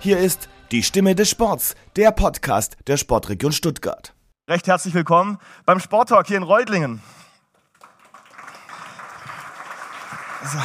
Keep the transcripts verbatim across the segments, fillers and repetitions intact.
Hier ist die Stimme des Sports, der Podcast der Sportregion Stuttgart. Recht herzlich willkommen beim Sporttalk hier in Reutlingen. So.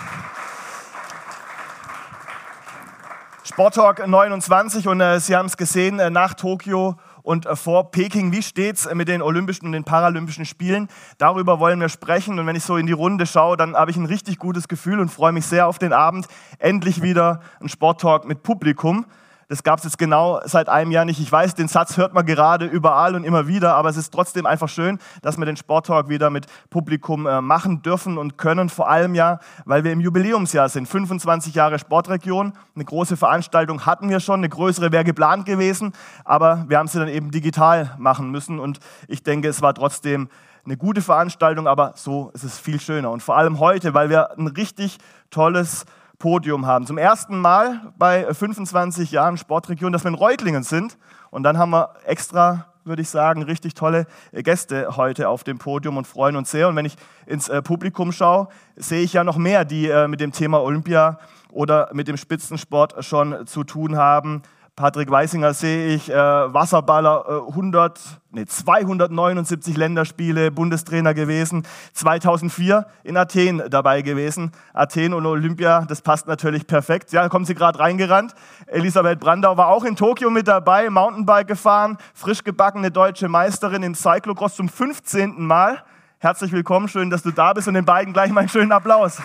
Sporttalk neunundzwanzig und äh, Sie haben es gesehen, äh, nach Tokio und äh, vor Peking. Wie steht's äh, mit den Olympischen und den Paralympischen Spielen? Darüber wollen wir sprechen und wenn ich so in die Runde schaue, dann habe ich ein richtig gutes Gefühl und freue mich sehr auf den Abend. Endlich wieder ein Sporttalk mit Publikum. Das gab es jetzt genau seit einem Jahr nicht. Ich weiß, den Satz hört man gerade überall und immer wieder, aber es ist trotzdem einfach schön, dass wir den Sporttalk wieder mit Publikum äh, machen dürfen und können. Vor allem ja, weil wir im Jubiläumsjahr sind. fünfundzwanzig Jahre Sportregion. Eine große Veranstaltung hatten wir schon, eine größere wäre geplant gewesen, aber wir haben sie dann eben digital machen müssen und ich denke, es war trotzdem eine gute Veranstaltung, aber so ist es viel schöner. Und vor allem heute, weil wir ein richtig tolles Podium haben. Zum ersten Mal bei fünfundzwanzig Jahren Sportregion, dass wir in Reutlingen sind. Und dann haben wir extra, würde ich sagen, richtig tolle Gäste heute auf dem Podium und freuen uns sehr. Und wenn ich ins äh, Publikum schaue, sehe ich ja noch mehr, die äh, mit dem Thema Olympia oder mit dem Spitzensport schon zu tun haben. Patrick Weisinger sehe ich, äh, Wasserballer, äh, hundert, nee, zweihundertneunundsiebzig Länderspiele, Bundestrainer gewesen, zweitausendvier in Athen dabei gewesen. Athen und Olympia, das passt natürlich perfekt. Ja, da kommen Sie gerade reingerannt. Elisabeth Brandau war auch in Tokio mit dabei, Mountainbike gefahren, frisch gebackene deutsche Meisterin im Cyclocross zum fünfzehnten Mal. Herzlich willkommen, schön, dass du da bist und den beiden gleich mal einen schönen Applaus.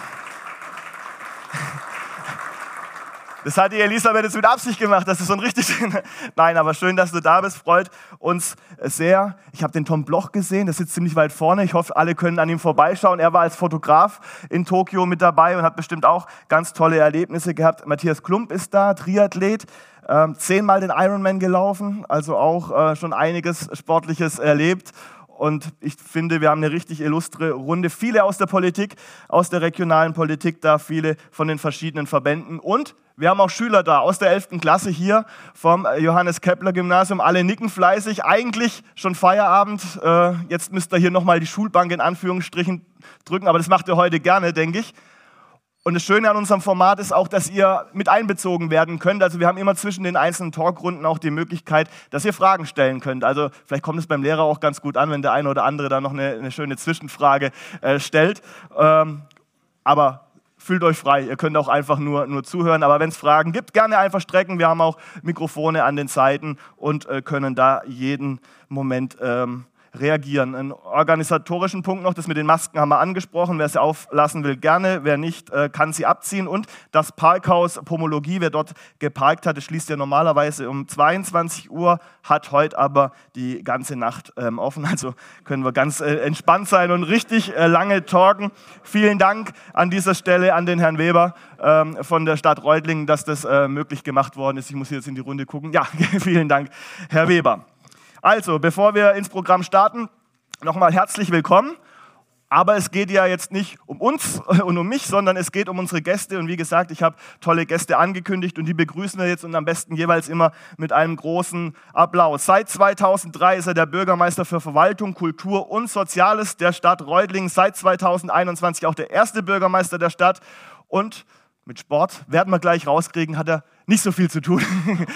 Das hat die Elisabeth jetzt mit Absicht gemacht, das ist so ein richtig... Nein, aber schön, dass du da bist, freut uns sehr. Ich habe den Tom Bloch gesehen, der sitzt ziemlich weit vorne. Ich hoffe, alle können an ihm vorbeischauen. Er war als Fotograf in Tokio mit dabei und hat bestimmt auch ganz tolle Erlebnisse gehabt. Matthias Klump ist da, Triathlet, ähm, zehnmal den Ironman gelaufen, also auch äh, schon einiges Sportliches erlebt. Und ich finde, wir haben eine richtig illustre Runde. Viele aus der Politik, aus der regionalen Politik da, viele von den verschiedenen Verbänden. Und wir haben auch Schüler da aus der elften Klasse hier vom Johannes-Kepler-Gymnasium. Alle nicken fleißig. Eigentlich schon Feierabend. Jetzt müsst ihr hier nochmal die Schulbank in Anführungsstrichen drücken. Aber das macht ihr heute gerne, denke ich. Und das Schöne an unserem Format ist auch, dass ihr mit einbezogen werden könnt. Also wir haben immer zwischen den einzelnen Talkrunden auch die Möglichkeit, dass ihr Fragen stellen könnt. Also vielleicht kommt es beim Lehrer auch ganz gut an, wenn der eine oder andere da noch eine, eine schöne Zwischenfrage äh, stellt. Ähm, aber fühlt euch frei, ihr könnt auch einfach nur, nur zuhören. Aber wenn es Fragen gibt, gerne einfach strecken. Wir haben auch Mikrofone an den Seiten und äh, können da jeden Moment ähm, reagieren. Einen organisatorischen Punkt noch, das mit den Masken haben wir angesprochen. Wer sie auflassen will, gerne. Wer nicht, kann sie abziehen. Und das Parkhaus Pomologie, wer dort geparkt hat, das schließt ja normalerweise um zweiundzwanzig Uhr, hat heute aber die ganze Nacht ähm, offen. Also können wir ganz äh, entspannt sein und richtig äh, lange talken. Vielen Dank an dieser Stelle an den Herrn Weber ähm, von der Stadt Reutlingen, dass das äh, möglich gemacht worden ist. Ich muss jetzt in die Runde gucken. Ja, vielen Dank, Herr Weber. Also, bevor wir ins Programm starten, nochmal herzlich willkommen. Aber es geht ja jetzt nicht um uns und um mich, sondern es geht um unsere Gäste. Und wie gesagt, ich habe tolle Gäste angekündigt und die begrüßen wir jetzt und am besten jeweils immer mit einem großen Applaus. Seit zweitausenddrei ist er der Bürgermeister für Verwaltung, Kultur und Soziales der Stadt Reutlingen. Seit zweitausendeinundzwanzig auch der erste Bürgermeister der Stadt. Und mit Sport, werden wir gleich rauskriegen, hat er nicht so viel zu tun.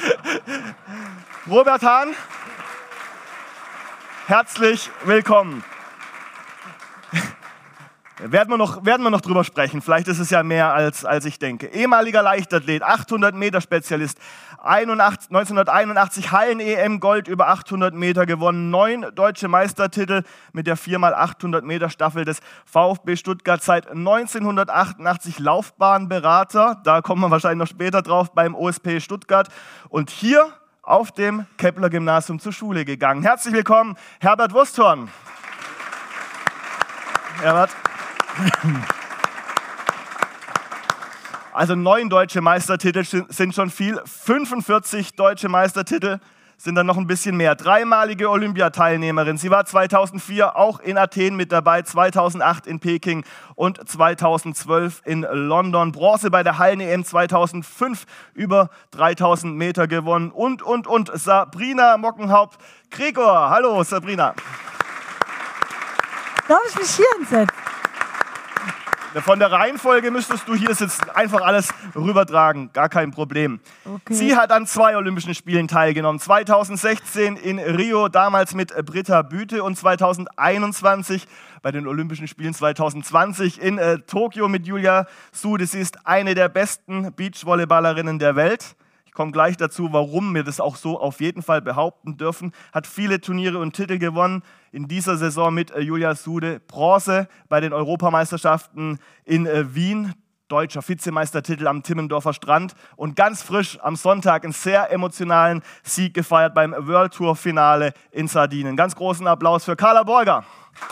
Robert Hahn. Herzlich willkommen. Werden wir noch, werden wir noch drüber sprechen. Vielleicht ist es ja mehr, als, als ich denke. Ehemaliger Leichtathlet, achthundert Meter Spezialist, neunzehnhunderteinundachtzig Hallen-E M Gold über achthundert Meter gewonnen, neun deutsche Meistertitel mit der vier mal achthundert Meter Staffel des VfB Stuttgart, seit neunzehnhundertachtundachtzig Laufbahnberater, da kommen wir wahrscheinlich noch später drauf, beim O S P Stuttgart und hier auf dem Kepler-Gymnasium zur Schule gegangen. Herzlich willkommen, Herbert Wursthorn. Herbert. Also neun deutsche Meistertitel sind schon viel, fünfundvierzig deutsche Meistertitel sind dann noch ein bisschen mehr. Dreimalige Olympiateilnehmerin. Sie war zweitausendvier auch in Athen mit dabei, zweitausendacht in Peking und zweitausendzwölf in London. Bronze bei der Hallen-E M zweitausendfünf, über dreitausend Meter gewonnen. Und, und, und Sabrina Mockenhaupt-Gregor. Hallo Sabrina. Darf ich mich hier hinsetzen? Von der Reihenfolge müsstest du hier sitzen, einfach alles rübertragen, gar kein Problem. Okay. Sie hat an zwei Olympischen Spielen teilgenommen, zweitausendsechzehn in Rio, damals mit Britta Büte und zweitausendeinundzwanzig bei den Olympischen Spielen zweitausendzwanzig in äh, Tokio mit Julia Sude. Sie ist eine der besten Beachvolleyballerinnen der Welt. Ich komme gleich dazu, warum wir das auch so auf jeden Fall behaupten dürfen. Hat viele Turniere und Titel gewonnen. In dieser Saison mit äh, Julia Sude Bronze bei den Europameisterschaften in äh, Wien. Deutscher Vizemeistertitel am Timmendorfer Strand. Und ganz frisch am Sonntag einen sehr emotionalen Sieg gefeiert beim World Tour Finale in Sardinien. Ganz großen Applaus für Carla Borger.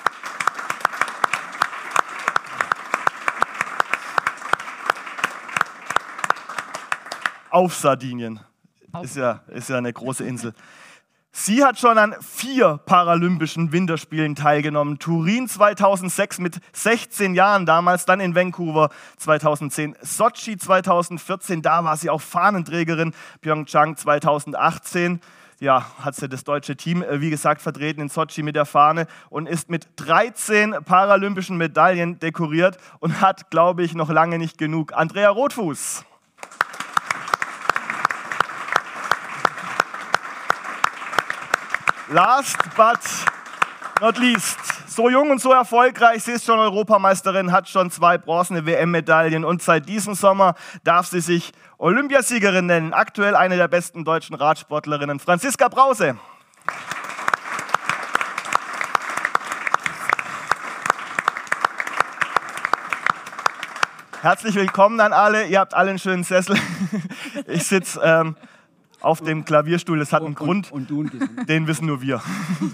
Auf Sardinien. Ist ja, ist ja eine große Insel. Sie hat schon an vier Paralympischen Winterspielen teilgenommen. Turin zweitausendsechs mit sechzehn Jahren damals, dann in Vancouver zweitausendzehn, Sotschi zweitausendvierzehn, da war sie auch Fahnenträgerin, Pyeongchang zweitausendachtzehn. Ja, hat sie das deutsche Team, wie gesagt, vertreten in Sotschi mit der Fahne und ist mit dreizehn paralympischen Medaillen dekoriert und hat, glaube ich, noch lange nicht genug. Andrea Rothfuß. Last but not least, so jung und so erfolgreich, sie ist schon Europameisterin, hat schon zwei bronzene W M-Medaillen und seit diesem Sommer darf sie sich Olympiasiegerin nennen. Aktuell eine der besten deutschen Radsportlerinnen, Franziska Brause. Herzlich willkommen an alle, ihr habt alle einen schönen Sessel. Ich sitze ähm, auf dem Klavierstuhl, das hat einen und, Grund, und, und den wissen nur wir.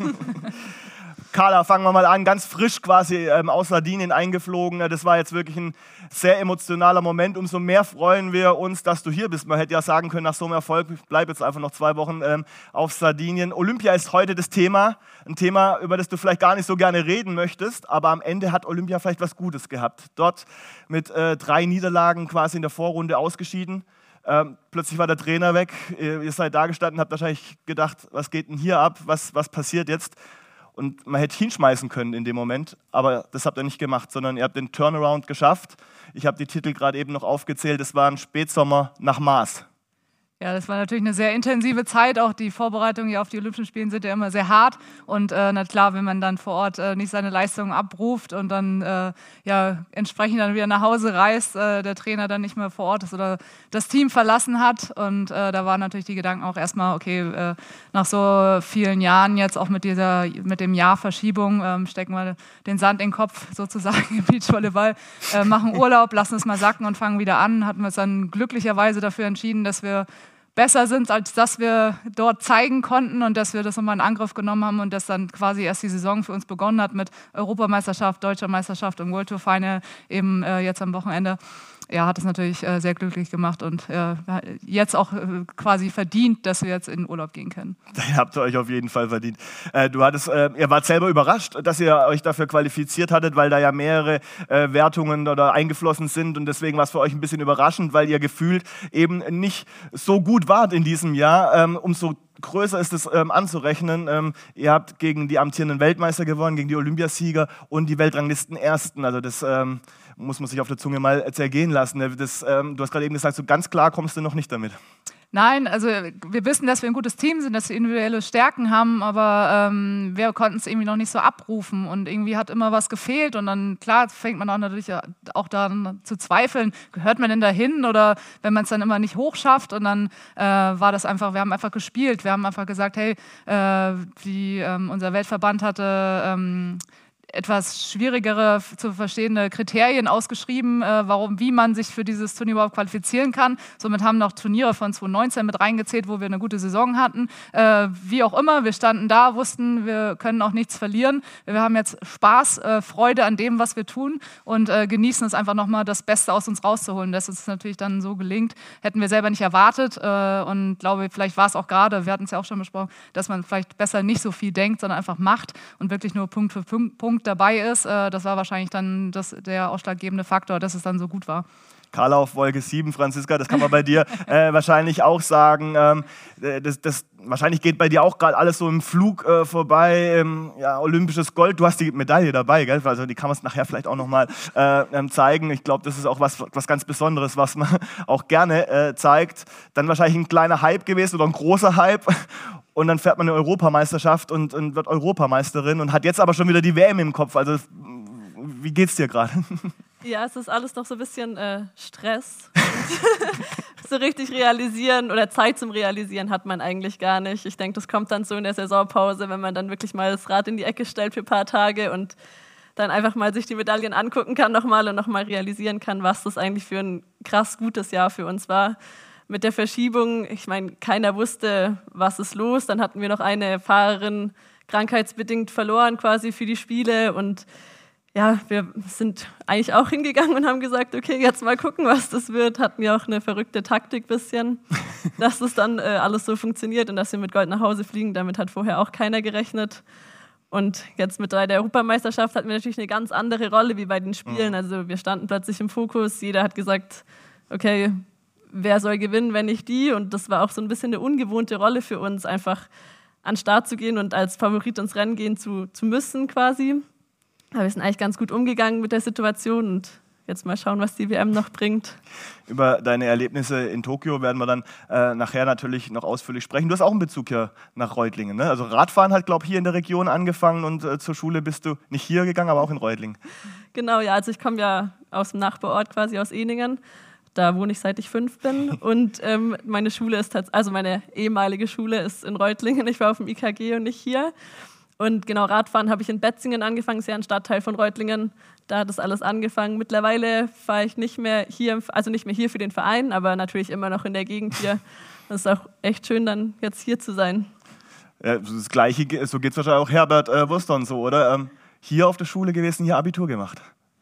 Carla, fangen wir mal an, ganz frisch quasi ähm, aus Sardinien eingeflogen. Das war jetzt wirklich ein sehr emotionaler Moment. Umso mehr freuen wir uns, dass du hier bist. Man hätte ja sagen können, nach so einem Erfolg, ich bleibe jetzt einfach noch zwei Wochen ähm, auf Sardinien. Olympia ist heute das Thema, ein Thema, über das du vielleicht gar nicht so gerne reden möchtest, aber am Ende hat Olympia vielleicht was Gutes gehabt. Dort mit äh, drei Niederlagen quasi in der Vorrunde ausgeschieden. Ähm, plötzlich war der Trainer weg, ihr seid da gestanden, habt wahrscheinlich gedacht, was geht denn hier ab, was, was passiert jetzt? Und man hätte hinschmeißen können in dem Moment, aber das habt ihr nicht gemacht, sondern ihr habt den Turnaround geschafft. Ich habe die Titel gerade eben noch aufgezählt, das war ein Spätsommer nach Maß. Ja, das war natürlich eine sehr intensive Zeit. Auch die Vorbereitungen hier auf die Olympischen Spiele sind ja immer sehr hart. Und äh, na klar, wenn man dann vor Ort äh, nicht seine Leistungen abruft und dann äh, ja, entsprechend dann wieder nach Hause reist, äh, der Trainer dann nicht mehr vor Ort ist oder das Team verlassen hat. Und äh, da waren natürlich die Gedanken auch erstmal, okay, äh, nach so vielen Jahren jetzt auch mit dieser, mit dem Jahr Verschiebung, ähm, stecken wir den Sand in den Kopf sozusagen im Beachvolleyball, äh, machen Urlaub, lassen es mal sacken und fangen wieder an. Hatten wir uns dann glücklicherweise dafür entschieden, dass wir besser sind, als dass wir dort zeigen konnten und dass wir das nochmal in Angriff genommen haben und dass dann quasi erst die Saison für uns begonnen hat mit Europameisterschaft, Deutscher Meisterschaft und World Tour Final eben äh, jetzt am Wochenende. Ja, hat es natürlich äh, sehr glücklich gemacht und äh, jetzt auch äh, quasi verdient, dass wir jetzt in den Urlaub gehen können. Den habt ihr euch auf jeden Fall verdient. Äh, du hattest, äh, ihr wart selber überrascht, dass ihr euch dafür qualifiziert hattet, weil da ja mehrere äh, Wertungen oder eingeflossen sind und deswegen war es für euch ein bisschen überraschend, weil ihr gefühlt eben nicht so gut wart in diesem Jahr. Ähm, umso größer ist es ähm, anzurechnen. Ähm, ihr habt gegen die amtierenden Weltmeister gewonnen, gegen die Olympiasieger und die Weltranglisten Ersten. Also das ähm, muss man sich auf der Zunge mal zergehen lassen. Das, ähm, du hast gerade eben gesagt, so ganz klar kommst du noch nicht damit. Nein, also wir wissen, dass wir ein gutes Team sind, dass wir individuelle Stärken haben, aber ähm, wir konnten es irgendwie noch nicht so abrufen und irgendwie hat immer was gefehlt und dann, klar, fängt man auch natürlich auch daran zu zweifeln, gehört man denn dahin oder wenn man es dann immer nicht hochschafft und dann äh, war das einfach, wir haben einfach gespielt, wir haben einfach gesagt, hey, äh, die, ähm, unser Weltverband hatte ähm, etwas schwierigere zu verstehende Kriterien ausgeschrieben, äh, warum, wie man sich für dieses Turnier überhaupt qualifizieren kann. Somit haben noch Turniere von zwanzig neunzehn mit reingezählt, wo wir eine gute Saison hatten. Äh, wie auch immer, wir standen da, wussten, wir können auch nichts verlieren. Wir haben jetzt Spaß, äh, Freude an dem, was wir tun und äh, genießen es einfach nochmal, das Beste aus uns rauszuholen. Dass es natürlich dann so gelingt, hätten wir selber nicht erwartet äh, und glaube, vielleicht war es auch gerade, wir hatten es ja auch schon besprochen, dass man vielleicht besser nicht so viel denkt, sondern einfach macht und wirklich nur Punkt für Punkt dabei ist. Das war wahrscheinlich dann das, der ausschlaggebende Faktor, dass es dann so gut war. Carla auf Wolke sieben, Franziska, das kann man bei dir äh, wahrscheinlich auch sagen. Ähm, das, das, wahrscheinlich geht bei dir auch gerade alles so im Flug äh, vorbei. Ähm, ja, olympisches Gold, du hast die Medaille dabei, gell? Also die kann man nachher vielleicht auch nochmal äh, zeigen. Ich glaube, das ist auch was, was ganz Besonderes, was man auch gerne äh, zeigt. Dann wahrscheinlich ein kleiner Hype gewesen oder ein großer Hype. Und dann fährt man eine Europameisterschaft und, und wird Europameisterin und hat jetzt aber schon wieder die W M im Kopf. Also wie geht's dir gerade? Ja, es ist alles noch so ein bisschen äh, Stress. So richtig realisieren oder Zeit zum Realisieren hat man eigentlich gar nicht. Ich denke, das kommt dann so in der Saisonpause, wenn man dann wirklich mal das Rad in die Ecke stellt für ein paar Tage und dann einfach mal sich die Medaillen angucken kann nochmal und nochmal realisieren kann, was das eigentlich für ein krass gutes Jahr für uns war. Mit der Verschiebung, ich meine, keiner wusste, was ist los. Dann hatten wir noch eine Fahrerin krankheitsbedingt verloren quasi für die Spiele und ja, wir sind eigentlich auch hingegangen und haben gesagt, okay, jetzt mal gucken, was das wird. Hatten wir auch eine verrückte Taktik bisschen, dass das dann äh, alles so funktioniert und dass wir mit Gold nach Hause fliegen. Damit hat vorher auch keiner gerechnet. Und jetzt mit der Europameisterschaft hatten wir natürlich eine ganz andere Rolle wie bei den Spielen. Also wir standen plötzlich im Fokus. Jeder hat gesagt, okay, wer soll gewinnen, wenn nicht die? Und das war auch so ein bisschen eine ungewohnte Rolle für uns, einfach an den Start zu gehen und als Favorit ins Rennen gehen zu, zu müssen quasi. Aber wir sind eigentlich ganz gut umgegangen mit der Situation und jetzt mal schauen, was die W M noch bringt. Über deine Erlebnisse in Tokio werden wir dann äh, nachher natürlich noch ausführlich sprechen. Du hast auch einen Bezug hier nach Reutlingen, ne? Also Radfahren hat, glaube ich, hier in der Region angefangen und äh, zur Schule bist du nicht hier gegangen, aber auch in Reutlingen. Genau, ja, also ich komme ja aus dem Nachbarort quasi, aus Ehningen. Da wohne ich, seit ich fünf bin. Und ähm, meine Schule ist, also meine ehemalige Schule ist in Reutlingen. Ich war auf dem I K G und nicht hier. Und genau, Radfahren habe ich in Betzingen angefangen, ist ja ein Stadtteil von Reutlingen. Da hat das alles angefangen. Mittlerweile fahre ich nicht mehr hier, also nicht mehr hier für den Verein, aber natürlich immer noch in der Gegend hier. Das ist auch echt schön, dann jetzt hier zu sein. Ja, das Gleiche, so geht es wahrscheinlich auch Herbert äh, Wurstern so, oder? Ähm, hier auf der Schule gewesen, hier Abitur gemacht.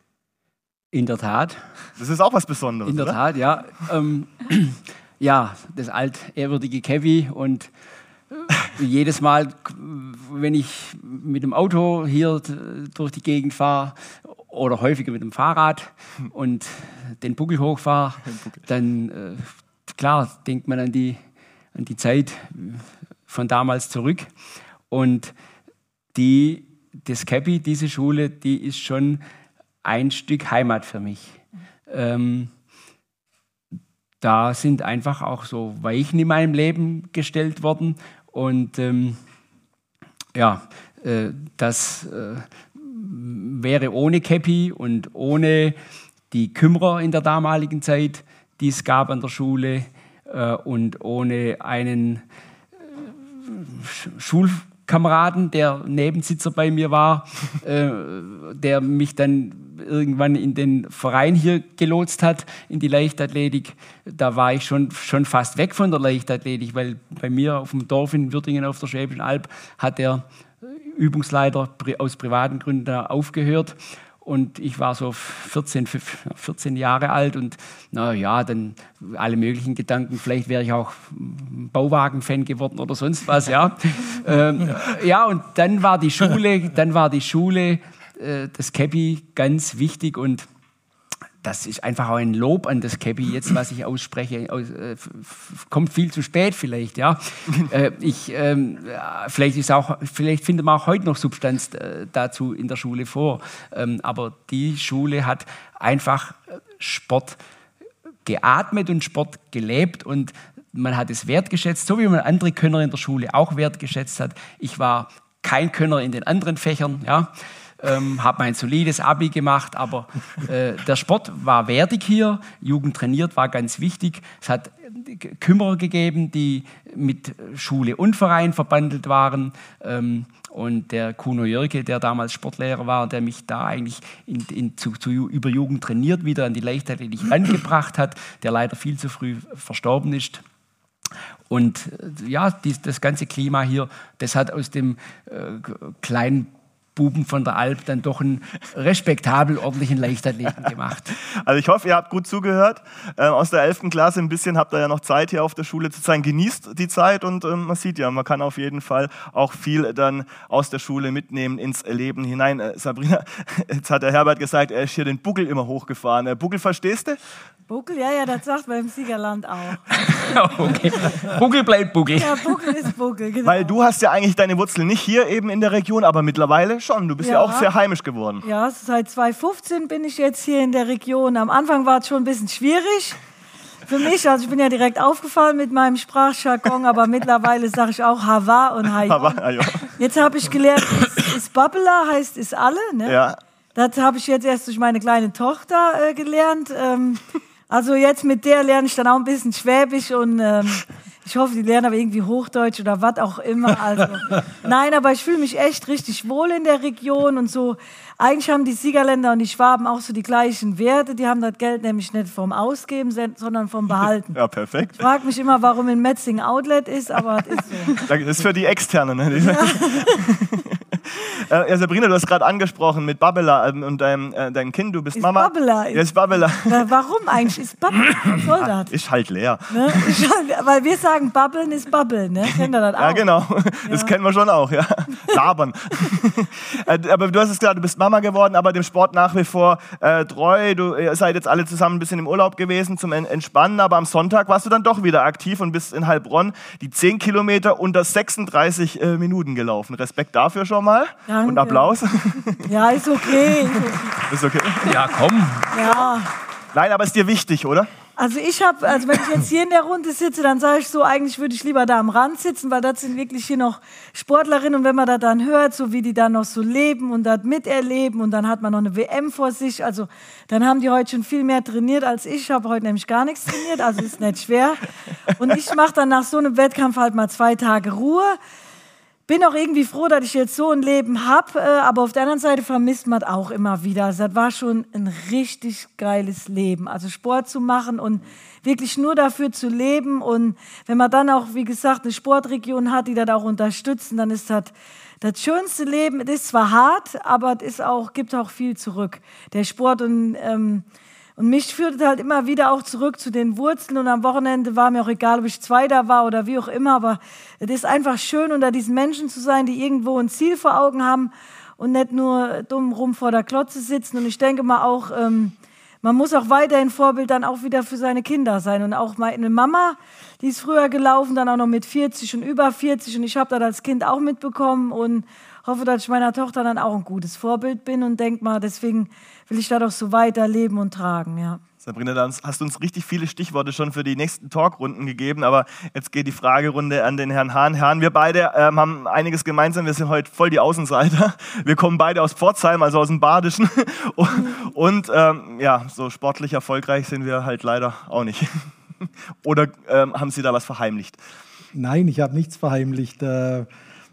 In der Tat. Das ist auch was Besonderes, In der oder? Tat, ja. Ähm, ja, das altehrwürdige Kevi und jedes Mal, wenn ich mit dem Auto hier durch die Gegend fahre oder häufiger mit dem Fahrrad und den Buckel hochfahre, dann, äh, klar, denkt man an die, an die Zeit von damals zurück. Und die, das Kepi, diese Schule, die ist schon ein Stück Heimat für mich. Ähm, da sind einfach auch so Weichen in meinem Leben gestellt worden. Und ähm, ja, äh, das äh, wäre ohne Kepi und ohne die Kümmerer in der damaligen Zeit, die es gab an der Schule, äh, und ohne einen äh, Schulkameraden, der Nebensitzer bei mir war, äh, der mich dann irgendwann in den Verein hier gelotst hat, in die Leichtathletik. Da war ich schon, schon fast weg von der Leichtathletik, weil bei mir auf dem Dorf in Würtingen auf der Schwäbischen Alb hat der Übungsleiter aus privaten Gründen aufgehört. Und ich war so vierzehn, vierzehn Jahre alt und na ja, dann alle möglichen Gedanken. Vielleicht wäre ich auch Bauwagen-Fan geworden oder sonst was, ja. ähm, ja, und dann war die Schule, dann war die Schule, äh, das Kepi ganz wichtig und das ist einfach auch ein Lob an das Kepi jetzt, was ich ausspreche. Aus, äh, kommt viel zu spät vielleicht, ja. äh, ich, ähm, vielleicht ist auch, vielleicht findet man auch heute noch Substanz äh, dazu in der Schule vor. Ähm, aber die Schule hat einfach Sport geatmet und Sport gelebt und man hat es wertgeschätzt, so wie man andere Könner in der Schule auch wertgeschätzt hat. Ich war kein Könner in den anderen Fächern, ja. Ähm, habe mein solides Abi gemacht, aber äh, der Sport war wertig hier, Jugend trainiert war ganz wichtig. Es hat Kümmerer gegeben, die mit Schule und Verein verbandelt waren. Ähm, und der Kuno Jörge, der damals Sportlehrer war, der mich da eigentlich in, in, zu, zu, über Jugend trainiert wieder an die Leichtathletik angebracht hat, der leider viel zu früh verstorben ist. Und ja, dies, das ganze Klima hier, das hat aus dem äh, kleinen Buben von der Alp dann doch einen respektabel ordentlichen Leichtathleten gemacht. Also ich hoffe, ihr habt gut zugehört. Äh, aus der elften Klasse ein bisschen habt ihr ja noch Zeit hier auf der Schule zu sein. Genießt die Zeit und ähm, man sieht ja, man kann auf jeden Fall auch viel dann aus der Schule mitnehmen ins Leben hinein. Äh, Sabrina, jetzt hat der Herbert gesagt, er ist hier den Buckel immer hochgefahren. Äh, Buckel verstehst du? Buckel, ja, ja, das sagt man im Siegerland auch. Okay. Buckel bleibt Buckel. Ja, Buckel ist Buckel, genau. Weil du hast ja eigentlich deine Wurzeln nicht hier eben in der Region, aber mittlerweile schon. Du bist ja, ja auch sehr heimisch geworden. Ja, seit zweitausendfünfzehn bin ich jetzt hier in der Region. Am Anfang war es schon ein bisschen schwierig für mich. Also ich bin ja direkt aufgefallen mit meinem Sprachjargon, aber mittlerweile sage ich auch Hava und Hayon. Jetzt habe ich gelernt, ist, ist Babbela, heißt ist alle. Ne? Ja. Das habe ich jetzt erst durch meine kleine Tochter äh, gelernt. Ähm, also jetzt mit der lerne ich dann auch ein bisschen Schwäbisch und ähm, ich hoffe, die lernen aber irgendwie Hochdeutsch oder was auch immer. Also, nein, aber ich fühle mich echt richtig wohl in der Region und so. Eigentlich haben die Siegerländer und die Schwaben auch so die gleichen Werte. Die haben das Geld nämlich nicht vom Ausgeben, sondern vom Behalten. Ja, perfekt. Ich frage mich immer, warum in Metzing Outlet ist, aber das ist so. Das ist für die Externen. Ne? Ja. Ja, Sabrina, du hast gerade angesprochen mit Babbela und deinem, äh, deinem Kind, du bist ist Mama. Babbela. Ja, ist Babbela. Na, warum eigentlich? Ist Babbela? Was soll das? Ist halt leer. Ne? Ist halt, weil wir sagen, Babbeln ist Babbeln, ne? Kennt ihr das auch? Ja, genau. Das ja. kennen wir schon auch, ja. Labern. Aber du hast es gesagt, du bist Mama geworden, aber dem Sport nach wie vor äh, treu. Du ihr seid jetzt alle zusammen ein bisschen im Urlaub gewesen zum Entspannen, aber am Sonntag warst du dann doch wieder aktiv und bist in Heilbronn die zehn Kilometer unter sechsunddreißig äh, Minuten gelaufen. Respekt dafür schon mal. Danke. Und Applaus. Ja, ist okay. Ist okay. Ja, komm. Ja. Nein, aber ist dir wichtig, oder? Also ich habe, also wenn ich jetzt hier in der Runde sitze, dann sage ich so, eigentlich würde ich lieber da am Rand sitzen, weil das sind wirklich hier noch Sportlerinnen und wenn man das dann hört, so wie die dann noch so leben und das miterleben und dann hat man noch eine W M vor sich, also dann haben die heute schon viel mehr trainiert als ich, ich habe heute nämlich gar nichts trainiert, also ist nicht schwer und ich mache dann nach so einem Wettkampf halt mal zwei Tage Ruhe. Bin auch irgendwie froh, dass ich jetzt so ein Leben habe, aber auf der anderen Seite vermisst man auch immer wieder. Also das war schon ein richtig geiles Leben. Also Sport zu machen und wirklich nur dafür zu leben. Und wenn man dann auch, wie gesagt, eine Sportregion hat, die das auch unterstützen, dann ist das das schönste Leben. Es ist zwar hart, aber es ist auch, gibt auch viel zurück. Der Sport und... Ähm, Und mich führt halt immer wieder auch zurück zu den Wurzeln und am Wochenende war mir auch egal, ob ich Zweiter war oder wie auch immer, aber es ist einfach schön, unter diesen Menschen zu sein, die irgendwo ein Ziel vor Augen haben und nicht nur dumm rum vor der Klotze sitzen und ich denke mal auch, ähm, man muss auch weiterhin Vorbild dann auch wieder für seine Kinder sein und auch meine Mama, die ist früher gelaufen, dann auch noch mit vierzig und über vierzig und ich habe das als Kind auch mitbekommen und hoffe, dass ich meiner Tochter dann auch ein gutes Vorbild bin und denke mal, deswegen will ich da doch so weiterleben und tragen, ja. Sabrina, da hast du uns richtig viele Stichworte schon für die nächsten Talkrunden gegeben, aber jetzt geht die Fragerunde an den Herrn Hahn. Herrn, wir beide ähm, haben einiges gemeinsam, wir sind heute voll die Außenseiter. Wir kommen beide aus Pforzheim, also aus dem Badischen und, und ähm, ja, so sportlich erfolgreich sind wir halt leider auch nicht. Oder ähm, haben Sie da was verheimlicht? Nein, ich habe nichts verheimlicht. Äh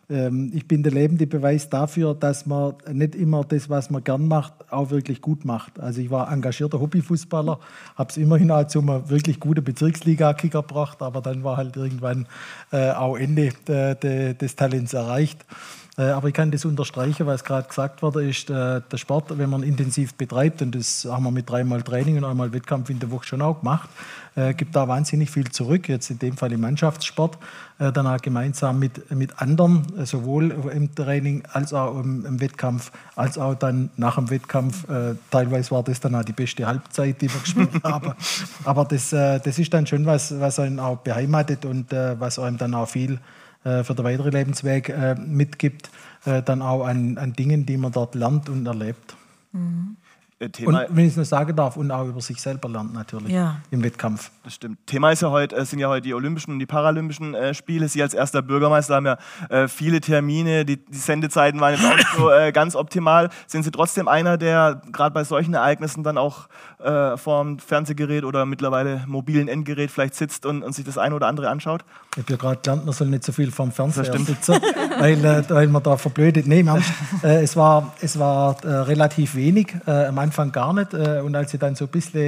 Ich bin der lebende Beweis dafür, dass man nicht immer das, was man gern macht, auch wirklich gut macht. Also ich war engagierter Hobbyfußballer, habe es immerhin auch zu einem wirklich guten Bezirksliga-Kicker gebracht, aber dann war halt irgendwann äh, auch Ende de, de, des Talents erreicht. Äh, aber ich kann das unterstreichen, was gerade gesagt wurde, ist, äh, der Sport, wenn man intensiv betreibt, und das haben wir mit dreimal Training und einmal Wettkampf in der Woche schon auch gemacht, äh, gibt da wahnsinnig viel zurück, jetzt in dem Fall im Mannschaftssport, äh, dann auch gemeinsam mit, mit anderen, äh, sowohl im Training als auch im, im Wettkampf, als auch dann nach dem Wettkampf. Äh, teilweise war das dann auch die beste Halbzeit, die wir gespielt haben. Aber das, äh, das ist dann schon was, was einen auch beheimatet und äh, was einem dann auch viel für den weiteren Lebensweg äh, mitgibt, äh, dann auch an, an Dingen, die man dort lernt und erlebt. Mhm. Thema, und wenn ich es noch sagen darf, und auch über sich selber lernt natürlich ja. im Wettkampf. Das stimmt. Thema ist ja heute, sind ja heute die Olympischen und die Paralympischen äh, Spiele. Sie als erster Bürgermeister haben ja äh, viele Termine, die, die Sendezeiten waren jetzt auch nicht so äh, ganz optimal. Sind Sie trotzdem einer, der gerade bei solchen Ereignissen dann auch äh, vor dem Fernsehgerät oder mittlerweile mobilen Endgerät vielleicht sitzt und, und sich das eine oder andere anschaut? Ich habe ja gerade gelernt, man soll nicht so viel vorm Fernseher sitzen, weil, äh, weil man da verblödet. Nee, man, äh, es war, es war äh, relativ wenig, äh, am Anfang gar nicht. Äh, und als ich dann so ein bisschen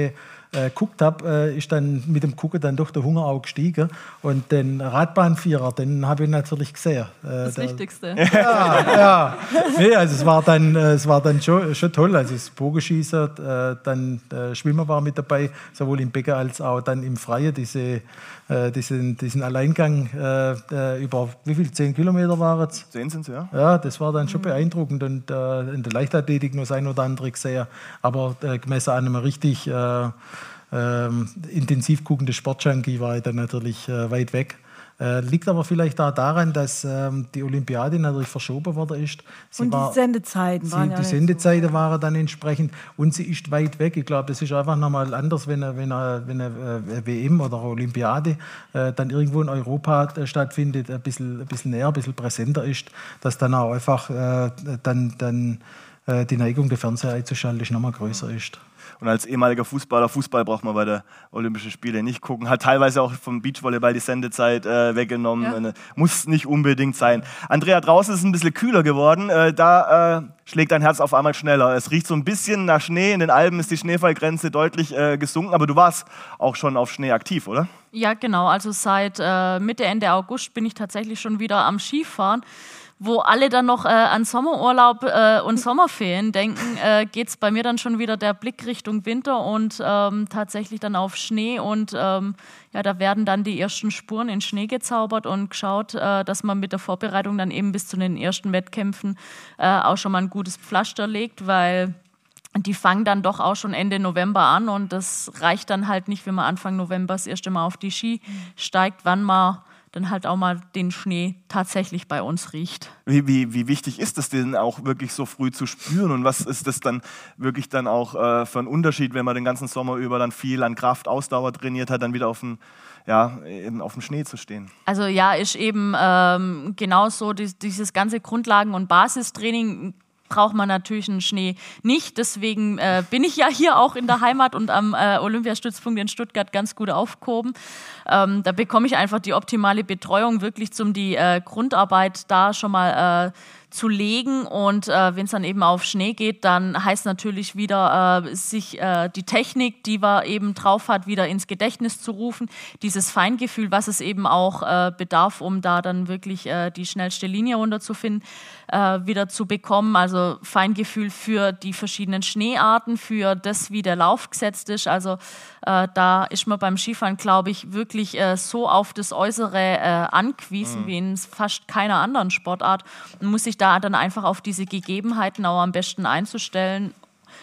äh, geguckt habe, äh, ist dann mit dem Gucken dann doch der Hunger auch gestiegen. Und den Radbahnvierer, den habe ich natürlich gesehen. Äh, Das der, Wichtigste. Ja, ja. Nee, also es war dann, äh, es war dann schon, schon toll. Also das Bogenschießen, äh, dann äh, Schwimmen war mit dabei, sowohl im Becken als auch dann im Freien. Diese, äh, diesen, diesen Alleingang äh, über wie viel? Zehn Kilometer waren es? Zehn sind es, ja. Ja, das war dann schon beeindruckend. Und äh, in der Leichtathletik noch das ein oder andere gesehen. Aber äh, gemessen an einem richtig äh, äh, intensiv guckenden Sportjunkie war ich dann natürlich äh, weit weg. Äh, liegt aber vielleicht auch daran, dass ähm, die Olympiade natürlich verschoben worden ist. Sie Und war, die Sendezeiten sie, waren ja Die nicht Sendezeiten so. waren dann entsprechend und sie ist weit weg. Ich glaube, das ist einfach nochmal anders, wenn eine, wenn eine, wenn eine W M oder eine Olympiade äh, dann irgendwo in Europa äh, stattfindet, ein bisschen, ein bisschen näher, ein bisschen präsenter ist, dass dann auch einfach äh, dann, dann äh, die Neigung, der Fernseher einzuschalten, ist nochmal größer ist. Und als ehemaliger Fußballer, Fußball braucht man bei der Olympischen Spiele nicht gucken. Hat teilweise auch vom Beachvolleyball die Sendezeit äh, weggenommen. Ja. Und, äh, muss nicht unbedingt sein. Andrea, draußen ist es ein bisschen kühler geworden. Äh, da äh, schlägt dein Herz auf einmal schneller. Es riecht so ein bisschen nach Schnee. In den Alpen ist die Schneefallgrenze deutlich äh, gesunken. Aber du warst auch schon auf Schnee aktiv, oder? Ja, genau. Also seit äh, Mitte, Ende August bin ich tatsächlich schon wieder am Skifahren. Wo alle dann noch äh, an Sommerurlaub äh, und Sommerferien denken, äh, geht es bei mir dann schon wieder der Blick Richtung Winter und ähm, tatsächlich dann auf Schnee. Und ähm, ja, da werden dann die ersten Spuren in Schnee gezaubert und geschaut, äh, dass man mit der Vorbereitung dann eben bis zu den ersten Wettkämpfen äh, auch schon mal ein gutes Pflaster legt, weil die fangen dann doch auch schon Ende November an und das reicht dann halt nicht, wenn man Anfang November das erste Mal auf die Ski steigt, wann man dann halt auch mal den Schnee tatsächlich bei uns riecht. Wie, wie, wie wichtig ist es denn auch wirklich so früh zu spüren und was ist das dann wirklich dann auch äh, für ein Unterschied, wenn man den ganzen Sommer über dann viel an Kraft, Ausdauer trainiert hat, dann wieder auf dem, ja, eben auf dem Schnee zu stehen? Also ja, ist eben ähm, genauso die, dieses ganze Grundlagen- und Basistraining braucht man natürlich einen Schnee nicht. Deswegen äh, bin ich ja hier auch in der Heimat und am äh, Olympiastützpunkt in Stuttgart ganz gut aufgehoben. Ähm, da bekomme ich einfach die optimale Betreuung, wirklich um die äh, Grundarbeit da schon mal äh, zu legen. Und äh, wenn es dann eben auf Schnee geht, dann heißt natürlich wieder, äh, sich äh, die Technik, die man eben drauf hat, wieder ins Gedächtnis zu rufen. Dieses Feingefühl, was es eben auch äh, bedarf, um da dann wirklich äh, die schnellste Linie runterzufinden, äh, wieder zu bekommen. Also Feingefühl für die verschiedenen Schneearten, für das, wie der Lauf gesetzt ist. Also äh, da ist man beim Skifahren, glaube ich, wirklich äh, so auf das Äußere äh, angewiesen, mhm. wie in fast keiner anderen Sportart. Und muss sich da dann einfach auf diese Gegebenheiten auch am besten einzustellen.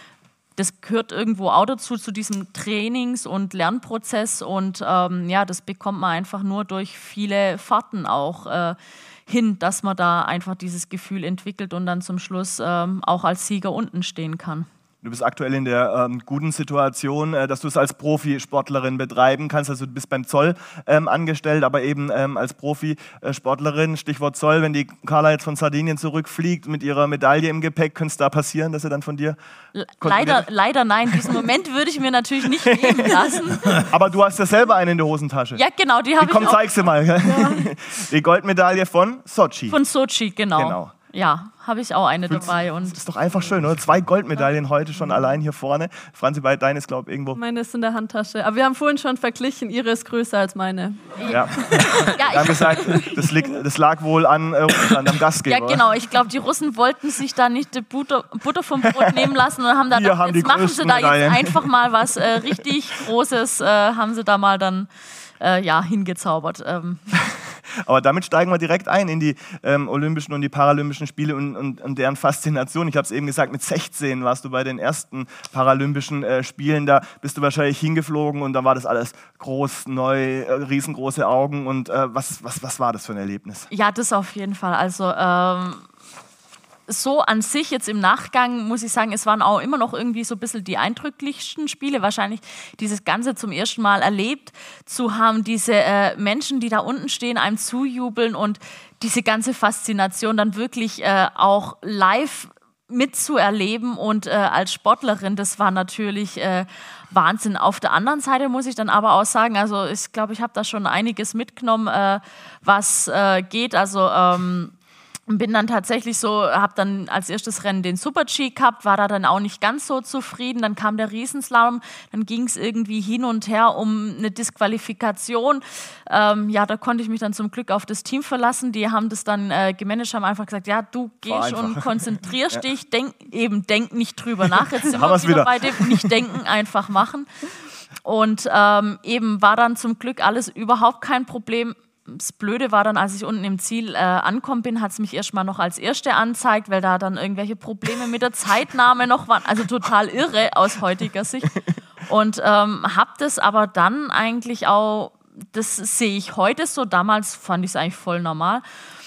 Das gehört irgendwo auch dazu, zu diesem Trainings- und Lernprozess. Und ähm, ja, das bekommt man einfach nur durch viele Fahrten auch äh, hin, dass man da einfach dieses Gefühl entwickelt und dann zum Schluss ähm, auch als Sieger unten stehen kann. Du bist aktuell in der ähm, guten Situation, äh, dass du es als Profisportlerin betreiben kannst. Also du bist beim Zoll ähm, angestellt, aber eben ähm, als Profisportlerin, Stichwort Zoll, wenn die Carla jetzt von Sardinien zurückfliegt mit ihrer Medaille im Gepäck, könnte es da passieren, dass sie dann von dir... Leider, leider nein, diesen Moment würde ich mir natürlich nicht nehmen lassen. Aber du hast ja selber eine in der Hosentasche. Ja, genau, die habe ich Komm, auch. zeig sie mal. Ja. Die Goldmedaille von Sochi. Von Sochi, genau. Genau. Ja, habe ich auch eine Fühlst, dabei. Und das ist doch einfach schön, oder? Zwei Goldmedaillen heute schon allein hier vorne. Franzi, bei deine ist, glaube ich, irgendwo... Meine ist in der Handtasche. Aber wir haben vorhin schon verglichen, ihre ist größer als meine. Ja. Ja, Wir haben gesagt, das, liegt, das lag wohl an äh, Russland, am Gastgeber. Ja, genau. Ich glaube, die Russen wollten sich da nicht die Butter, Butter vom Brot nehmen lassen und haben da Wir gedacht, haben jetzt die machen sie da Medaillen. jetzt einfach mal was äh, richtig Großes, äh, haben sie da mal dann äh, ja, hingezaubert. Ähm. Aber damit steigen wir direkt ein in die ähm, Olympischen und die Paralympischen Spiele und, und, und deren Faszination. Ich habe es eben gesagt, mit sechzehn warst du bei den ersten Paralympischen äh, Spielen. Da bist du wahrscheinlich hingeflogen und da war das alles groß, neu, äh, riesengroße Augen. Und äh, was, was, was war das für ein Erlebnis? Ja, das auf jeden Fall. Also ähm, so an sich jetzt im Nachgang muss ich sagen, es waren auch immer noch irgendwie so ein bisschen die eindrücklichsten Spiele. Wahrscheinlich dieses Ganze zum ersten Mal erlebt zu haben, diese äh, Menschen, die da unten stehen, einem zujubeln und diese ganze Faszination dann wirklich äh, auch live mitzuerleben und äh, als Sportlerin, das war natürlich äh, Wahnsinn. Auf der anderen Seite muss ich dann aber auch sagen, also ich glaube, ich habe da schon einiges mitgenommen, äh, was äh, geht. Also ähm, bin dann tatsächlich so, habe dann als erstes Rennen den Super-G gehabt, war da dann auch nicht ganz so zufrieden. Dann kam der Riesenslalom, dann ging es irgendwie hin und her um eine Disqualifikation. Ähm, ja, da konnte ich mich dann zum Glück auf das Team verlassen. Die haben das dann äh, gemanagt, haben einfach gesagt, ja, du gehst und konzentrierst dich, ja. denk, eben denk nicht drüber nach. Jetzt sind wir wieder, wieder bei dem Nicht-Denken, einfach machen. Und ähm, eben war dann zum Glück alles überhaupt kein Problem. Das Blöde war dann, als ich unten im Ziel äh, angekommen bin, hat es mich erstmal noch als Erste angezeigt, weil da dann irgendwelche Probleme mit der Zeitnahme noch waren. Also total irre aus heutiger Sicht. Und ähm, habe das aber dann eigentlich auch, das sehe ich heute so, damals fand ich es eigentlich voll normal,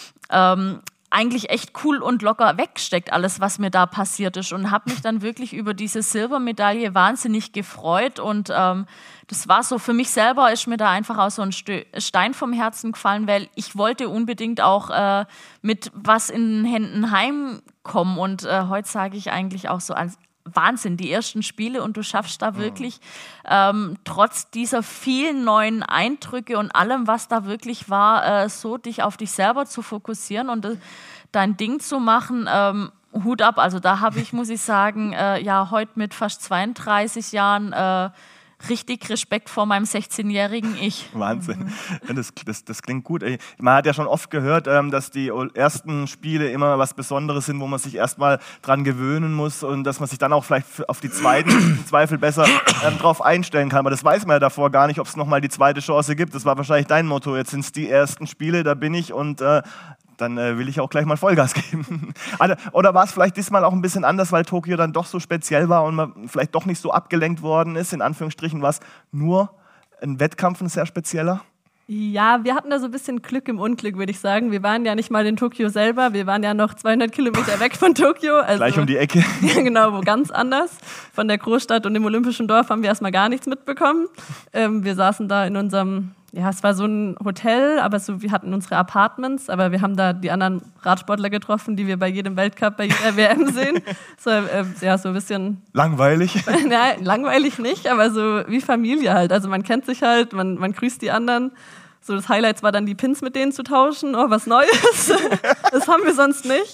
ähm, eigentlich echt cool und locker weggesteckt, alles, was mir da passiert ist. Und habe mich dann wirklich über diese Silbermedaille wahnsinnig gefreut. Und ähm, das war so, für mich selber ist mir da einfach auch so ein Stein vom Herzen gefallen, weil ich wollte unbedingt auch äh, mit was in den Händen heimkommen. Und äh, heute sage ich eigentlich auch so als Wahnsinn, die ersten Spiele, und du schaffst da wirklich ähm, trotz dieser vielen neuen Eindrücke und allem, was da wirklich war, äh, so dich auf dich selber zu fokussieren und äh, dein Ding zu machen. Ähm, Hut ab, also da habe ich, muss ich sagen, äh, ja, heute mit fast zweiunddreißig Jahren äh, richtig Respekt vor meinem sechzehnjährigen Ich. Wahnsinn. Das, das, das klingt gut. Man hat ja schon oft gehört, dass die ersten Spiele immer was Besonderes sind, wo man sich erstmal dran gewöhnen muss und dass man sich dann auch vielleicht auf die zweiten im Zweifel besser ähm, drauf einstellen kann. Aber das weiß man ja davor gar nicht, ob es nochmal die zweite Chance gibt. Das war wahrscheinlich dein Motto. Jetzt sind es die ersten Spiele, da bin ich und äh, dann äh, will ich auch gleich mal Vollgas geben. Oder war es vielleicht diesmal auch ein bisschen anders, weil Tokio dann doch so speziell war und man vielleicht doch nicht so abgelenkt worden ist? In Anführungsstrichen war es nur ein Wettkampf, ein sehr spezieller? Ja, wir hatten da so ein bisschen Glück im Unglück, würde ich sagen. Wir waren ja nicht mal in Tokio selber, wir waren ja noch zweihundert Kilometer weg von Tokio. Also, gleich um die Ecke. Ja, genau, wo ganz anders. Von der Großstadt und dem Olympischen Dorf haben wir erstmal gar nichts mitbekommen. Ähm, wir saßen da in unserem, ja, es war so ein Hotel, aber so, wir hatten unsere Apartments, aber wir haben da die anderen Radsportler getroffen, die wir bei jedem Weltcup, bei jeder W M sehen. So, äh, ja, so ein bisschen... Langweilig? Nein, langweilig nicht, aber so wie Familie halt. Also man kennt sich halt, man, man grüßt die anderen. So, das Highlight war dann, die Pins mit denen zu tauschen. Oh, was Neues. Das haben wir sonst nicht.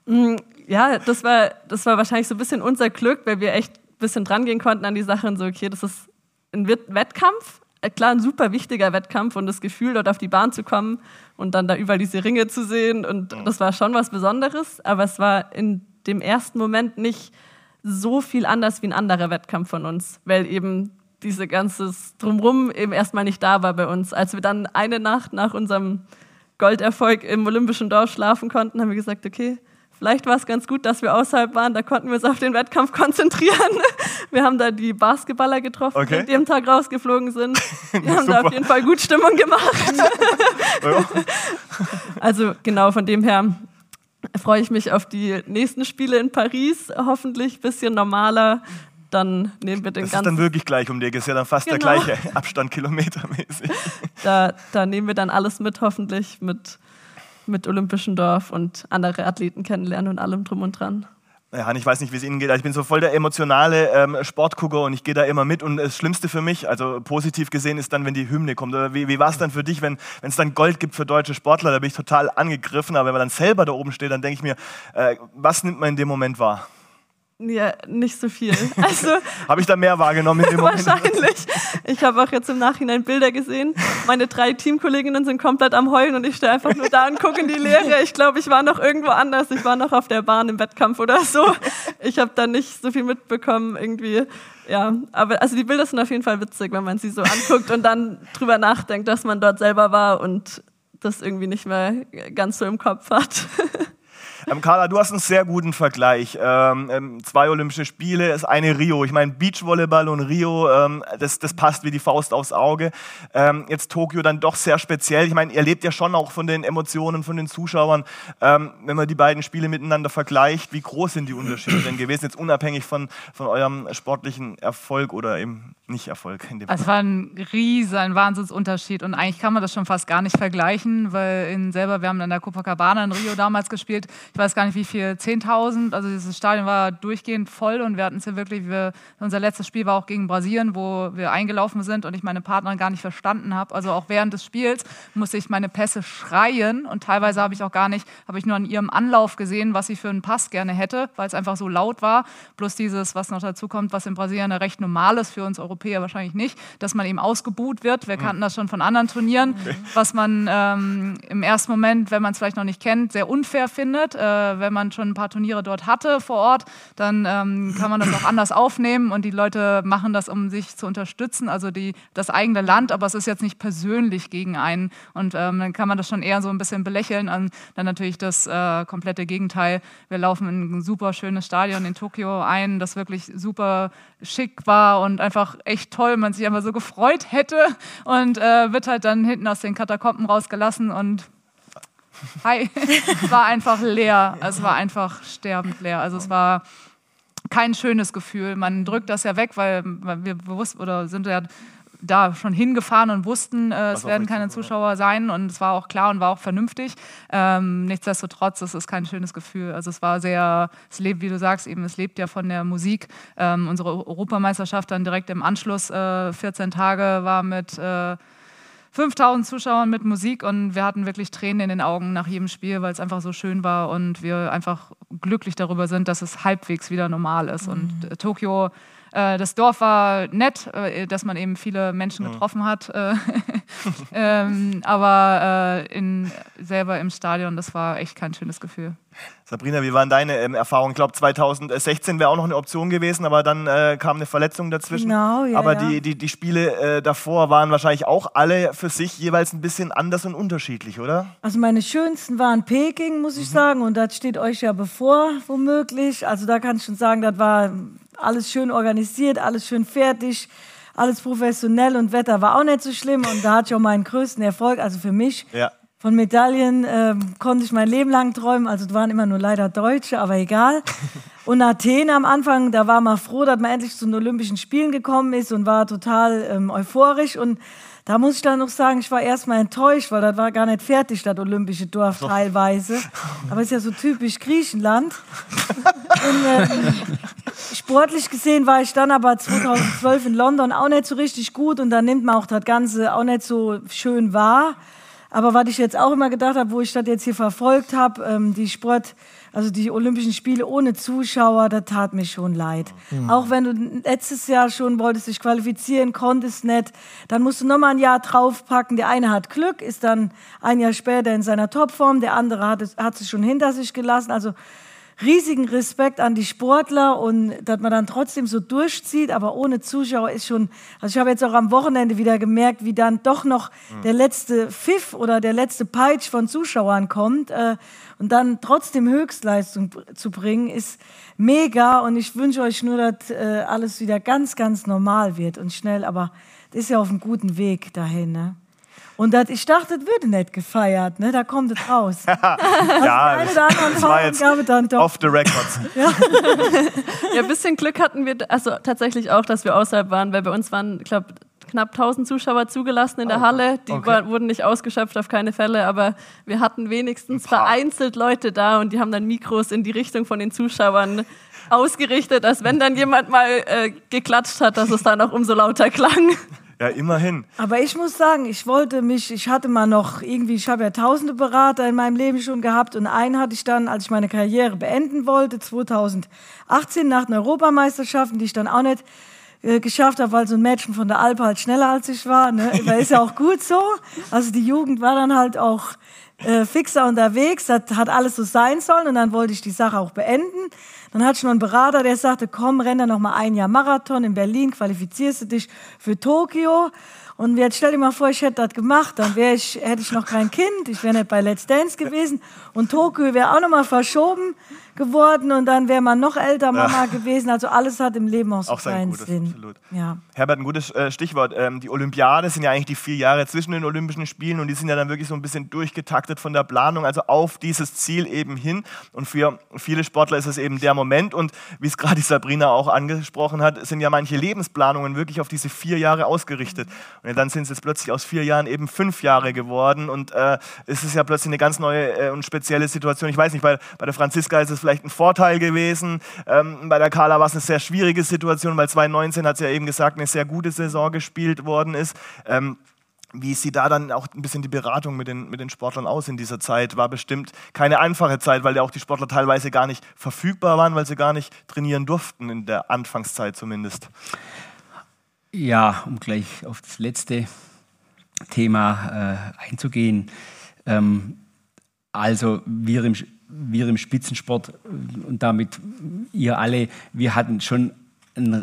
Ja, das war, das war wahrscheinlich so ein bisschen unser Glück, weil wir echt ein bisschen dran gehen konnten an die Sache und so, okay, das ist ein Wettkampf. Klar, ein super wichtiger Wettkampf und das Gefühl, dort auf die Bahn zu kommen und dann da überall diese Ringe zu sehen. Und das war schon was Besonderes, aber es war in dem ersten Moment nicht so viel anders wie ein anderer Wettkampf von uns, weil eben diese ganzes Drumrum eben erstmal nicht da war bei uns. Als wir dann eine Nacht nach unserem Golderfolg im Olympischen Dorf schlafen konnten, haben wir gesagt, okay, vielleicht war es ganz gut, dass wir außerhalb waren, da konnten wir uns auf den Wettkampf konzentrieren. Wir haben da die Basketballer getroffen, okay, die an dem Tag rausgeflogen sind. Die haben da auf jeden Fall gut Stimmung gemacht. Ja. Also genau, von dem her freue ich mich auf die nächsten Spiele in Paris, hoffentlich ein bisschen normaler. Dann nehmen wir den das ganzen... ist dann wirklich gleich um die Ecke, ist ja dann fast genau der gleiche Abstand kilometermäßig. Da, da nehmen wir dann alles mit, hoffentlich mit, mit Olympischen Dorf und andere Athleten kennenlernen und allem drum und dran. Ja, ich weiß nicht, wie es Ihnen geht. Ich bin so voll der emotionale ähm, Sportgucker und ich gehe da immer mit. Und das Schlimmste für mich, also positiv gesehen, ist dann, wenn die Hymne kommt. Oder wie, wie war es dann für dich, wenn es dann Gold gibt für deutsche Sportler? Da bin ich total angegriffen. Aber wenn man dann selber da oben steht, dann denke ich mir, äh, was nimmt man in dem Moment wahr? Ja, nicht so viel. Also, habe ich da mehr wahrgenommen in dem Moment? Wahrscheinlich. Ich habe auch jetzt im Nachhinein Bilder gesehen. Meine drei Teamkolleginnen sind komplett am Heulen und ich stehe einfach nur da und gucke in die Leere. Ich glaube, ich war noch irgendwo anders. Ich war noch auf der Bahn im Wettkampf oder so. Ich habe da nicht so viel mitbekommen irgendwie. Ja, aber also die Bilder sind auf jeden Fall witzig, wenn man sie so anguckt und dann drüber nachdenkt, dass man dort selber war und das irgendwie nicht mehr ganz so im Kopf hat. Ähm, Carla, du hast einen sehr guten Vergleich. Ähm, zwei Olympische Spiele, das eine Rio. Ich meine, Beachvolleyball und Rio, ähm, das, das passt wie die Faust aufs Auge. Ähm, jetzt Tokio dann doch sehr speziell. Ich meine, ihr lebt ja schon auch von den Emotionen, von den Zuschauern. Ähm, wenn man die beiden Spiele miteinander vergleicht, wie groß sind die Unterschiede denn gewesen? Jetzt unabhängig von, von eurem sportlichen Erfolg oder eben nicht Erfolg. In dem es war ein riesen, ein Wahnsinnsunterschied und eigentlich kann man das schon fast gar nicht vergleichen, weil in selber, wir haben in der Copacabana in Rio damals gespielt. Ich weiß gar nicht wie viel, zehntausend. Also dieses Stadion war durchgehend voll und wir hatten es ja wirklich, wir, unser letztes Spiel war auch gegen Brasilien, wo wir eingelaufen sind und ich meine Partnerin gar nicht verstanden habe. Also auch während des Spiels musste ich meine Pässe schreien und teilweise habe ich auch gar nicht, habe ich nur an ihrem Anlauf gesehen, was sie für einen Pass gerne hätte, weil es einfach so laut war. Plus dieses, was noch dazu kommt, was in Brasilien recht normal ist, für uns Europäer wahrscheinlich nicht, dass man eben ausgebuht wird. Wir kannten das schon von anderen Turnieren, okay. was man ähm, im ersten Moment, wenn man es vielleicht noch nicht kennt, sehr unfair findet. Äh, wenn man schon ein paar Turniere dort hatte vor Ort, dann ähm, kann man das auch anders aufnehmen und die Leute machen das, um sich zu unterstützen, also die, das eigene Land, aber es ist jetzt nicht persönlich gegen einen und ähm, dann kann man das schon eher so ein bisschen belächeln. Und dann natürlich das äh, komplette Gegenteil. Wir laufen in ein super schönes Stadion in Tokio ein, das wirklich super schick war und einfach echt toll, man sich einfach so gefreut hätte und äh, wird halt dann hinten aus den Katakomben rausgelassen und hi, es war einfach leer, es war einfach sterbend leer, also es war kein schönes Gefühl, man drückt das ja weg, weil, weil wir bewusst oder sind ja da schon hingefahren und wussten, äh, es werden keine Zuschauer sein und es war auch klar und war auch vernünftig. Ähm, nichtsdestotrotz, es ist kein schönes Gefühl. Also es war sehr, es lebt, wie du sagst, eben, es lebt ja von der Musik. Ähm, unsere Europameisterschaft dann direkt im Anschluss, äh, vierzehn Tage, war mit äh, fünftausend Zuschauern mit Musik und wir hatten wirklich Tränen in den Augen nach jedem Spiel, weil es einfach so schön war und wir einfach glücklich darüber sind, dass es halbwegs wieder normal ist. Mhm. Und äh, Tokio, äh, das Dorf war nett, äh, dass man eben viele Menschen getroffen hat, äh, ähm, aber äh, in, selber im Stadion, das war echt kein schönes Gefühl. Sabrina, wie waren deine ähm, Erfahrungen? Ich glaube, zweitausendsechzehn wäre auch noch eine Option gewesen, aber dann äh, kam eine Verletzung dazwischen. Genau, ja, aber ja. Die, die, die Spiele äh, davor waren wahrscheinlich auch alle für sich jeweils ein bisschen anders und unterschiedlich, oder? Also meine schönsten waren Peking, muss ich mhm. sagen, und das steht euch ja bevor, womöglich. Also da kann ich schon sagen, das war alles schön organisiert, alles schön fertig, alles professionell und Wetter war auch nicht so schlimm und da hatte ich auch meinen größten Erfolg, also für mich. Ja. Von Medaillen ähm, konnte ich mein Leben lang träumen, also es waren immer nur leider Deutsche, aber egal. Und Athen am Anfang, da war man froh, dass man endlich zu den Olympischen Spielen gekommen ist und war total ähm, euphorisch. Und da muss ich dann noch sagen, ich war erstmal enttäuscht, weil das war gar nicht fertig, das olympische Dorf teilweise. Aber es ist ja so typisch Griechenland. Und, ähm, sportlich gesehen war ich dann aber zweitausendzwölf in London auch nicht so richtig gut und da nimmt man auch das Ganze auch nicht so schön wahr. Aber was ich jetzt auch immer gedacht habe, wo ich das jetzt hier verfolgt habe, ähm, die Sport, also die Olympischen Spiele ohne Zuschauer, das tat mir schon leid. Mhm. Auch wenn du letztes Jahr schon wolltest dich qualifizieren, konntest nicht, dann musst du nochmal ein Jahr draufpacken. Der eine hat Glück, ist dann ein Jahr später in seiner Topform, der andere hat es, hat es schon hinter sich gelassen. Also riesigen Respekt an die Sportler und dass man dann trotzdem so durchzieht, aber ohne Zuschauer ist schon, also ich habe jetzt auch am Wochenende wieder gemerkt, wie dann doch noch mhm. der letzte Pfiff oder der letzte Peitsch von Zuschauern kommt äh, und dann trotzdem Höchstleistung zu bringen, ist mega und ich wünsche euch nur, dass äh, alles wieder ganz, ganz normal wird und schnell, aber das ist ja auf einem guten Weg dahin, ne? Und dat, ich dachte, das würde nicht gefeiert, ne? Da kommt es raus. Also ja, das, das war jetzt dann doch. Off the records. Ja. Ja, ein bisschen Glück hatten wir also tatsächlich auch, dass wir außerhalb waren, weil bei uns waren, ich glaube, knapp tausend Zuschauer zugelassen in der oh, Halle. Die okay. war, wurden nicht ausgeschöpft, auf keine Fälle, aber wir hatten wenigstens vereinzelt Leute da und die haben dann Mikros in die Richtung von den Zuschauern ausgerichtet, dass wenn dann jemand mal äh, geklatscht hat, dass es dann auch umso lauter klang. Ja, immerhin. Aber ich muss sagen, ich wollte mich, ich hatte mal noch irgendwie, ich habe ja tausende Berater in meinem Leben schon gehabt und einen hatte ich dann, als ich meine Karriere beenden wollte, zweitausendachtzehn nach den Europameisterschaften, die ich dann auch nicht äh, geschafft habe, weil so ein Mädchen von der Alp halt schneller als ich war, ne? Das ist ja auch gut so. Also die Jugend war dann halt auch äh, fixer unterwegs, das hat alles so sein sollen und dann wollte ich die Sache auch beenden. Dann hatte ich noch einen Berater, der sagte, komm, renn da noch mal ein Jahr Marathon in Berlin, qualifizierst du dich für Tokio. Und jetzt stell dir mal vor, ich hätte das gemacht, dann wär ich, hätte ich noch kein Kind, ich wäre nicht bei Let's Dance gewesen und Tokio wäre auch noch mal verschoben. geworden und dann wäre man noch älter Mama ja. gewesen. Also alles hat im Leben auch so auch seinen gutes, Sinn. Absolut. Ja. Herbert, ein gutes äh, Stichwort. Ähm, die Olympiade sind ja eigentlich die vier Jahre zwischen den Olympischen Spielen und die sind ja dann wirklich so ein bisschen durchgetaktet von der Planung, also auf dieses Ziel eben hin. Und für viele Sportler ist es eben der Moment und wie es gerade Sabrina auch angesprochen hat, sind ja manche Lebensplanungen wirklich auf diese vier Jahre ausgerichtet. Und dann sind es jetzt plötzlich aus vier Jahren eben fünf Jahre geworden und äh, es ist ja plötzlich eine ganz neue äh, und spezielle Situation. Ich weiß nicht, weil bei der Franziska ist es vielleicht ein Vorteil gewesen, ähm, bei der Carla war es eine sehr schwierige Situation, weil zwanzig neunzehn hat sie ja eben gesagt, eine sehr gute Saison gespielt worden ist. Ähm, Wie sieht da dann auch ein bisschen die Beratung mit den, mit den Sportlern aus in dieser Zeit? War bestimmt keine einfache Zeit, weil ja auch die Sportler teilweise gar nicht verfügbar waren, weil sie gar nicht trainieren durften, in der Anfangszeit zumindest. Ja, um gleich auf das letzte Thema äh, einzugehen. Ähm, also wir im, wir im Spitzensport und damit ihr alle, wir hatten schon ein,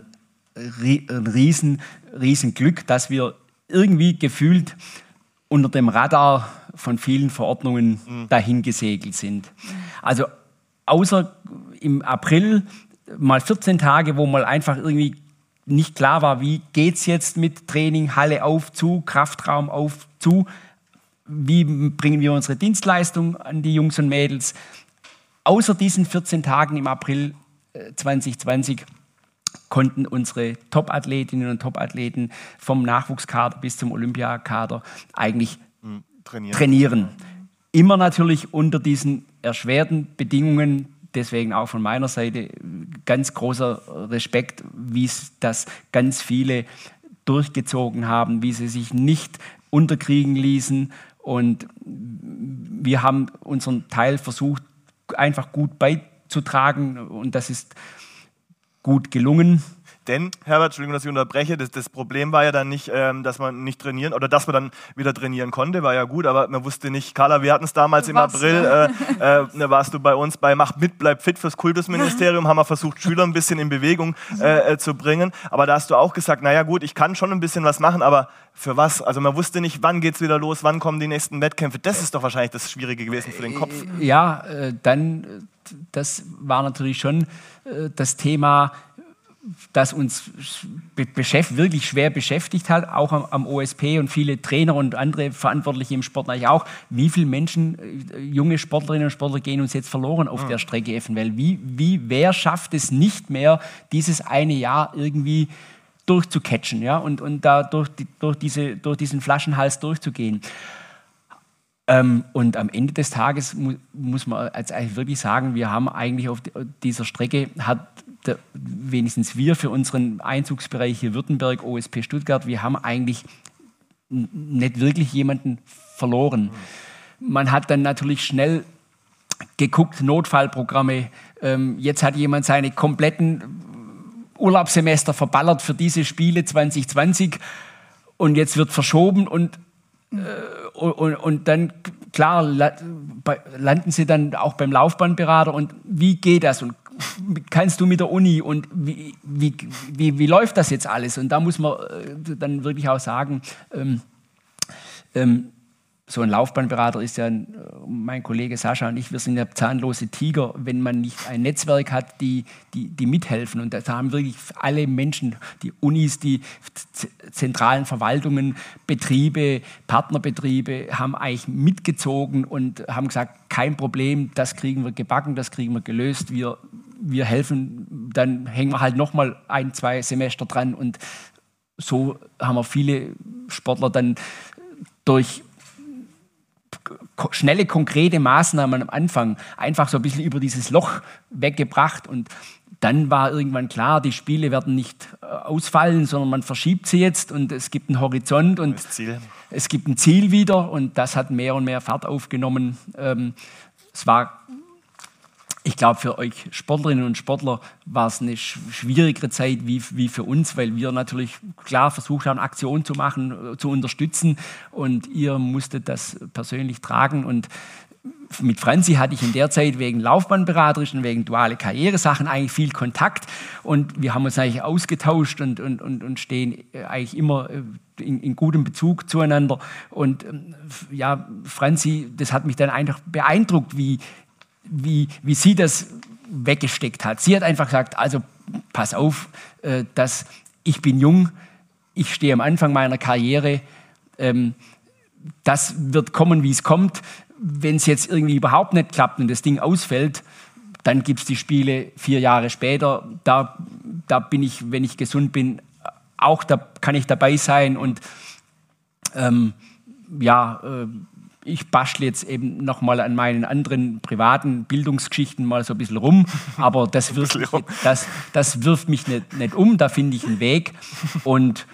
ein riesen, riesen Glück, dass wir irgendwie gefühlt unter dem Radar von vielen Verordnungen mhm. dahin gesegelt sind. Also außer im April mal vierzehn Tage, wo mal einfach irgendwie nicht klar war, wie geht es jetzt mit Training, Halle auf, zu, Kraftraum auf, zu, wie bringen wir unsere Dienstleistung an die Jungs und Mädels. Außer diesen vierzehn Tagen im April zwanzig zwanzig konnten unsere Top-Athletinnen und Top-Athleten vom Nachwuchskader bis zum Olympiakader eigentlich mhm. trainieren. trainieren. Immer natürlich unter diesen erschwerten Bedingungen, deswegen auch von meiner Seite ganz großer Respekt, wie es das ganz viele durchgezogen haben, wie sie sich nicht unterkriegen ließen. Und wir haben unseren Teil versucht, einfach gut beizutragen und das ist gut gelungen. Denn, Herbert, Entschuldigung, dass ich unterbreche, das, das Problem war ja dann nicht, ähm, dass man nicht trainieren oder dass man dann wieder trainieren konnte, war ja gut, aber man wusste nicht, Carla, wir hatten es damals im Was? April, äh, äh, da warst du bei uns bei Macht mit, bleib fit fürs Kultusministerium, haben wir versucht, Schüler ein bisschen in Bewegung äh, äh, zu bringen, aber da hast du auch gesagt, naja gut, ich kann schon ein bisschen was machen, aber für was? Also man wusste nicht, wann geht's wieder los, wann kommen die nächsten Wettkämpfe, das ist doch wahrscheinlich das Schwierige gewesen für den Kopf. Ja, äh, dann, das war natürlich schon äh, das Thema, das uns beschäft, wirklich schwer beschäftigt hat, auch am, am O S P und viele Trainer und andere Verantwortliche im Sport natürlich auch. Wie viele Menschen, junge Sportlerinnen und Sportler gehen uns jetzt verloren auf ja. der Strecke Effenwell? Wie, wie, wer schafft es nicht mehr, dieses eine Jahr irgendwie durchzucatchen, ja? und, und da durch, die, durch, diese, durch diesen Flaschenhals durchzugehen? Ähm, und am Ende des Tages mu muss man als eigentlich wirklich sagen, wir haben eigentlich auf dieser Strecke, hat der, wenigstens wir für unseren Einzugsbereich hier Württemberg, O S P Stuttgart, wir haben eigentlich nicht wirklich jemanden verloren. Man hat dann natürlich schnell geguckt, Notfallprogramme. Ähm, jetzt hat jemand seine kompletten Urlaubssemester verballert für diese Spiele zwanzig zwanzig und jetzt wird verschoben und äh, Und, und dann, klar, landen sie dann auch beim Laufbahnberater und wie geht das und kannst du mit der Uni und wie, wie, wie, wie läuft das jetzt alles? Und da muss man dann wirklich auch sagen, ähm, ähm, so ein Laufbahnberater ist ja, mein Kollege Sascha und ich, wir sind ja zahnlose Tiger, wenn man nicht ein Netzwerk hat, die, die, die mithelfen. Und da haben wirklich alle Menschen, die Unis, die zentralen Verwaltungen, Betriebe, Partnerbetriebe, haben eigentlich mitgezogen und haben gesagt, kein Problem, das kriegen wir gebacken, das kriegen wir gelöst, wir, wir helfen, dann hängen wir halt nochmal ein, zwei Semester dran. Und so haben wir viele Sportler dann durch schnelle, konkrete Maßnahmen am Anfang einfach so ein bisschen über dieses Loch weggebracht und dann war irgendwann klar, die Spiele werden nicht ausfallen, sondern man verschiebt sie jetzt und es gibt einen Horizont und es gibt ein Ziel wieder und das hat mehr und mehr Fahrt aufgenommen. Ähm, es war, ich glaube, für euch Sportlerinnen und Sportler war es eine schwierigere Zeit wie, wie für uns, weil wir natürlich klar versucht haben, Aktionen zu machen, zu unterstützen und ihr musstet das persönlich tragen und mit Franzi hatte ich in der Zeit wegen Laufbahnberaterischen, wegen duale Karrieresachen eigentlich viel Kontakt und wir haben uns eigentlich ausgetauscht und, und, und, und stehen eigentlich immer in, in gutem Bezug zueinander und ja, Franzi, das hat mich dann einfach beeindruckt, wie Wie, wie sie das weggesteckt hat. Sie hat einfach gesagt, also pass auf, äh, dass ich bin jung, ich stehe am Anfang meiner Karriere, ähm, das wird kommen, wie es kommt. Wenn es jetzt irgendwie überhaupt nicht klappt und das Ding ausfällt, dann gibt es die Spiele vier Jahre später. Da, da bin ich, wenn ich gesund bin, auch da kann ich dabei sein. Und ähm, ja, äh, ich bastle jetzt eben nochmal an meinen anderen privaten Bildungsgeschichten mal so ein bisschen rum. Aber das wirft mich, das, das wirft mich nicht, nicht um, da finde ich einen Weg. Und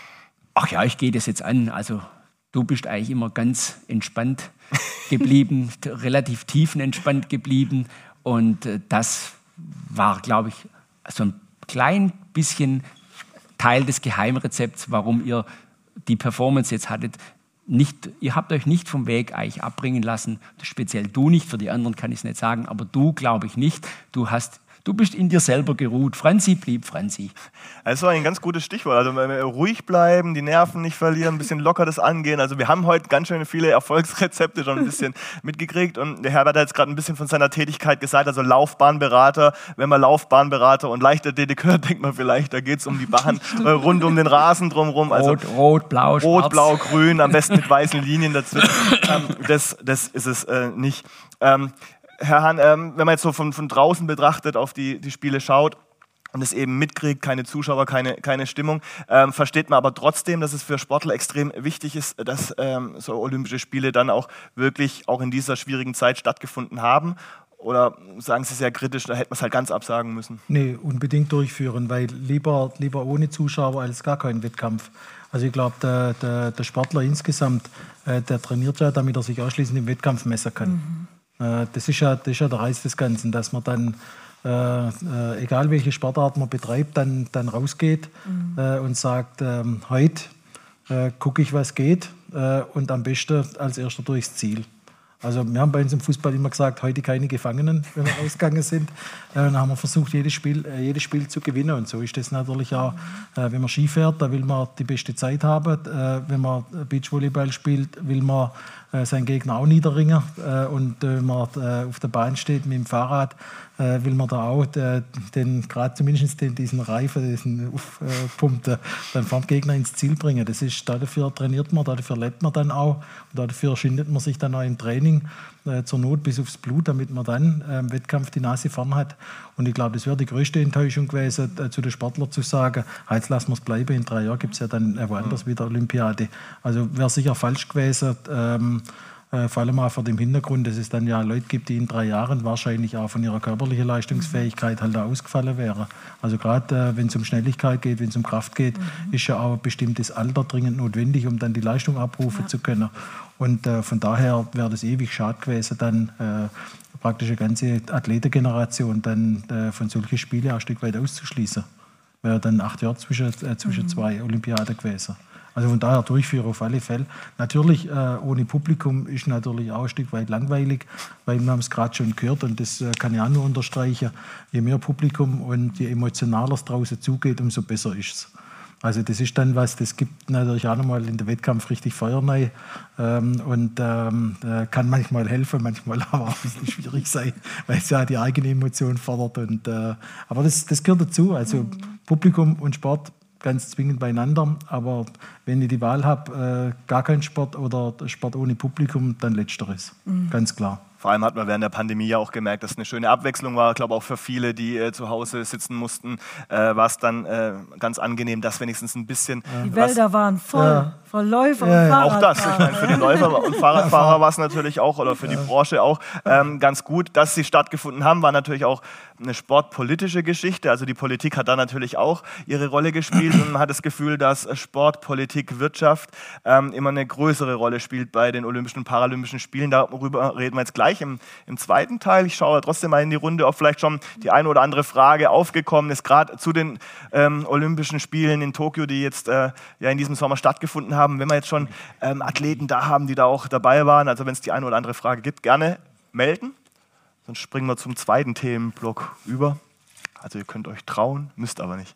ach ja, ich gehe das jetzt an. Also du bist eigentlich immer ganz entspannt geblieben, relativ tiefenentspannt geblieben. Und äh, das war, glaube ich, so ein klein bisschen Teil des Geheimrezepts, warum ihr die Performance jetzt hattet. Nicht, ihr habt euch nicht vom Weg eigentlich abbringen lassen, speziell du nicht, für die anderen kann ich es nicht sagen, aber du, glaube ich, nicht. Du hast Du bist in dir selber geruht. Franzi blieb Franzi. Das war ein ganz gutes Stichwort. Also ruhig bleiben, die Nerven nicht verlieren, ein bisschen locker das angehen. Also wir haben heute ganz schön viele Erfolgsrezepte schon ein bisschen mitgekriegt. Und der Herbert hat jetzt gerade ein bisschen von seiner Tätigkeit gesagt, also Laufbahnberater. Wenn man Laufbahnberater und Leichtathletik hört, denkt man vielleicht, da geht es um die Bahn äh, rund um den Rasen drumherum. Also rot, rot, blau, rot, schwarz. blau, grün, am besten mit weißen Linien dazwischen. ähm, das, das ist es äh, nicht. Ähm, Herr Hahn, ähm, wenn man jetzt so von, von draußen betrachtet auf die, die Spiele schaut und es eben mitkriegt, keine Zuschauer, keine, keine Stimmung, ähm, versteht man aber trotzdem, dass es für Sportler extrem wichtig ist, dass ähm, so Olympische Spiele dann auch wirklich auch in dieser schwierigen Zeit stattgefunden haben? Oder sagen Sie sehr kritisch, da hätte man es halt ganz absagen müssen? Nee, unbedingt durchführen, weil lieber, lieber ohne Zuschauer als gar kein Wettkampf. Also ich glaube, der, der, der Sportler insgesamt, äh, der trainiert ja, damit er sich ausschließlich im Wettkampf messen kann. Mhm. Das ist, ja, das ist ja der Reiz des Ganzen, dass man dann, äh, äh, egal welche Sportart man betreibt, dann, dann rausgeht mhm. äh, und sagt, äh, heute äh, gucke ich, was geht äh, und am besten als erster durchs Ziel. Also wir haben bei uns im Fußball immer gesagt, heute keine Gefangenen, wenn wir rausgegangen sind. Äh, dann haben wir versucht, jedes Spiel, äh, jedes Spiel zu gewinnen. Und so ist das natürlich auch, äh, wenn man Ski fährt, da will man die beste Zeit haben. Äh, wenn man Beachvolleyball spielt, will man äh, seinen Gegner auch niederringen. Äh, und äh, wenn man äh, auf der Bahn steht mit dem Fahrrad, äh, will man da auch äh, den, gerade zumindest den, diesen Reifen, diesen Aufpump, äh, dann vom Gegner ins Ziel bringen. Das ist, dafür trainiert man, dafür lebt man dann auch. Und dafür schindet man sich dann auch im Training äh, zur Not bis aufs Blut, damit man dann äh, im Wettkampf die Nase vorn hat. Und ich glaube, das wäre die größte Enttäuschung gewesen, äh, zu den Sportlern zu sagen, jetzt lassen wir es bleiben, in drei Jahren gibt es ja dann äh, woanders wieder Olympiade. Also wäre sicher falsch gewesen, ähm, äh, vor allem auch vor dem Hintergrund, dass es dann ja Leute gibt, die in drei Jahren wahrscheinlich auch von ihrer körperlichen Leistungsfähigkeit halt auch ausgefallen wären. Also gerade äh, wenn es um Schnelligkeit geht, wenn es um Kraft geht, mhm. ist ja auch ein bestimmtes Alter dringend notwendig, um dann die Leistung abrufen ja. zu können. Und äh, von daher wäre das ewig schade gewesen, dann äh, praktisch eine ganze Athletengeneration dann äh, von solchen Spielen ein Stück weit auszuschließen. Wäre dann acht Jahre zwischen, äh, zwischen mhm. zwei Olympiaden gewesen. Also von daher Durchführung auf alle Fälle. Natürlich, äh, ohne Publikum ist natürlich auch ein Stück weit langweilig, weil wir haben es gerade schon gehört und das äh, kann ich auch nur unterstreichen. Je mehr Publikum und je emotionaler es draußen zugeht, umso besser ist es. Also das ist dann was, das gibt natürlich auch nochmal in der Wettkampf richtig Feuer rein ähm, und ähm, kann manchmal helfen, manchmal aber auch ein bisschen schwierig sein, weil es ja die eigene Emotion fordert. Und, äh, aber das, das gehört dazu, also mhm. Publikum und Sport ganz zwingend beieinander, aber wenn ich die Wahl habe, äh, gar kein Sport oder Sport ohne Publikum, dann letzteres, mhm. ganz klar. Vor allem hat man während der Pandemie ja auch gemerkt, dass es eine schöne Abwechslung war. Ich glaube auch für viele, die äh, zu Hause sitzen mussten, äh, war es dann äh, ganz angenehm, dass wenigstens ein bisschen... Die Wälder waren voll, ja. voll Läufer ja, und Fahrradfahrer. Auch das, ich meine, für die Läufer und Fahrradfahrer war es natürlich auch, oder für die Branche auch, ähm, ganz gut. Dass sie stattgefunden haben, war natürlich auch eine sportpolitische Geschichte. Also die Politik hat da natürlich auch ihre Rolle gespielt und man hat das Gefühl, dass Sport, Politik, Wirtschaft ähm, immer eine größere Rolle spielt bei den Olympischen und Paralympischen Spielen. Darüber reden wir jetzt gleich Im, im zweiten Teil. Ich schaue trotzdem mal in die Runde, ob vielleicht schon die eine oder andere Frage aufgekommen ist, gerade zu den ähm, Olympischen Spielen in Tokio, die jetzt äh, ja in diesem Sommer stattgefunden haben. Wenn wir jetzt schon ähm, Athleten da haben, die da auch dabei waren, also wenn es die eine oder andere Frage gibt, gerne melden. Sonst springen wir zum zweiten Themenblock über. Also ihr könnt euch trauen, müsst aber nicht.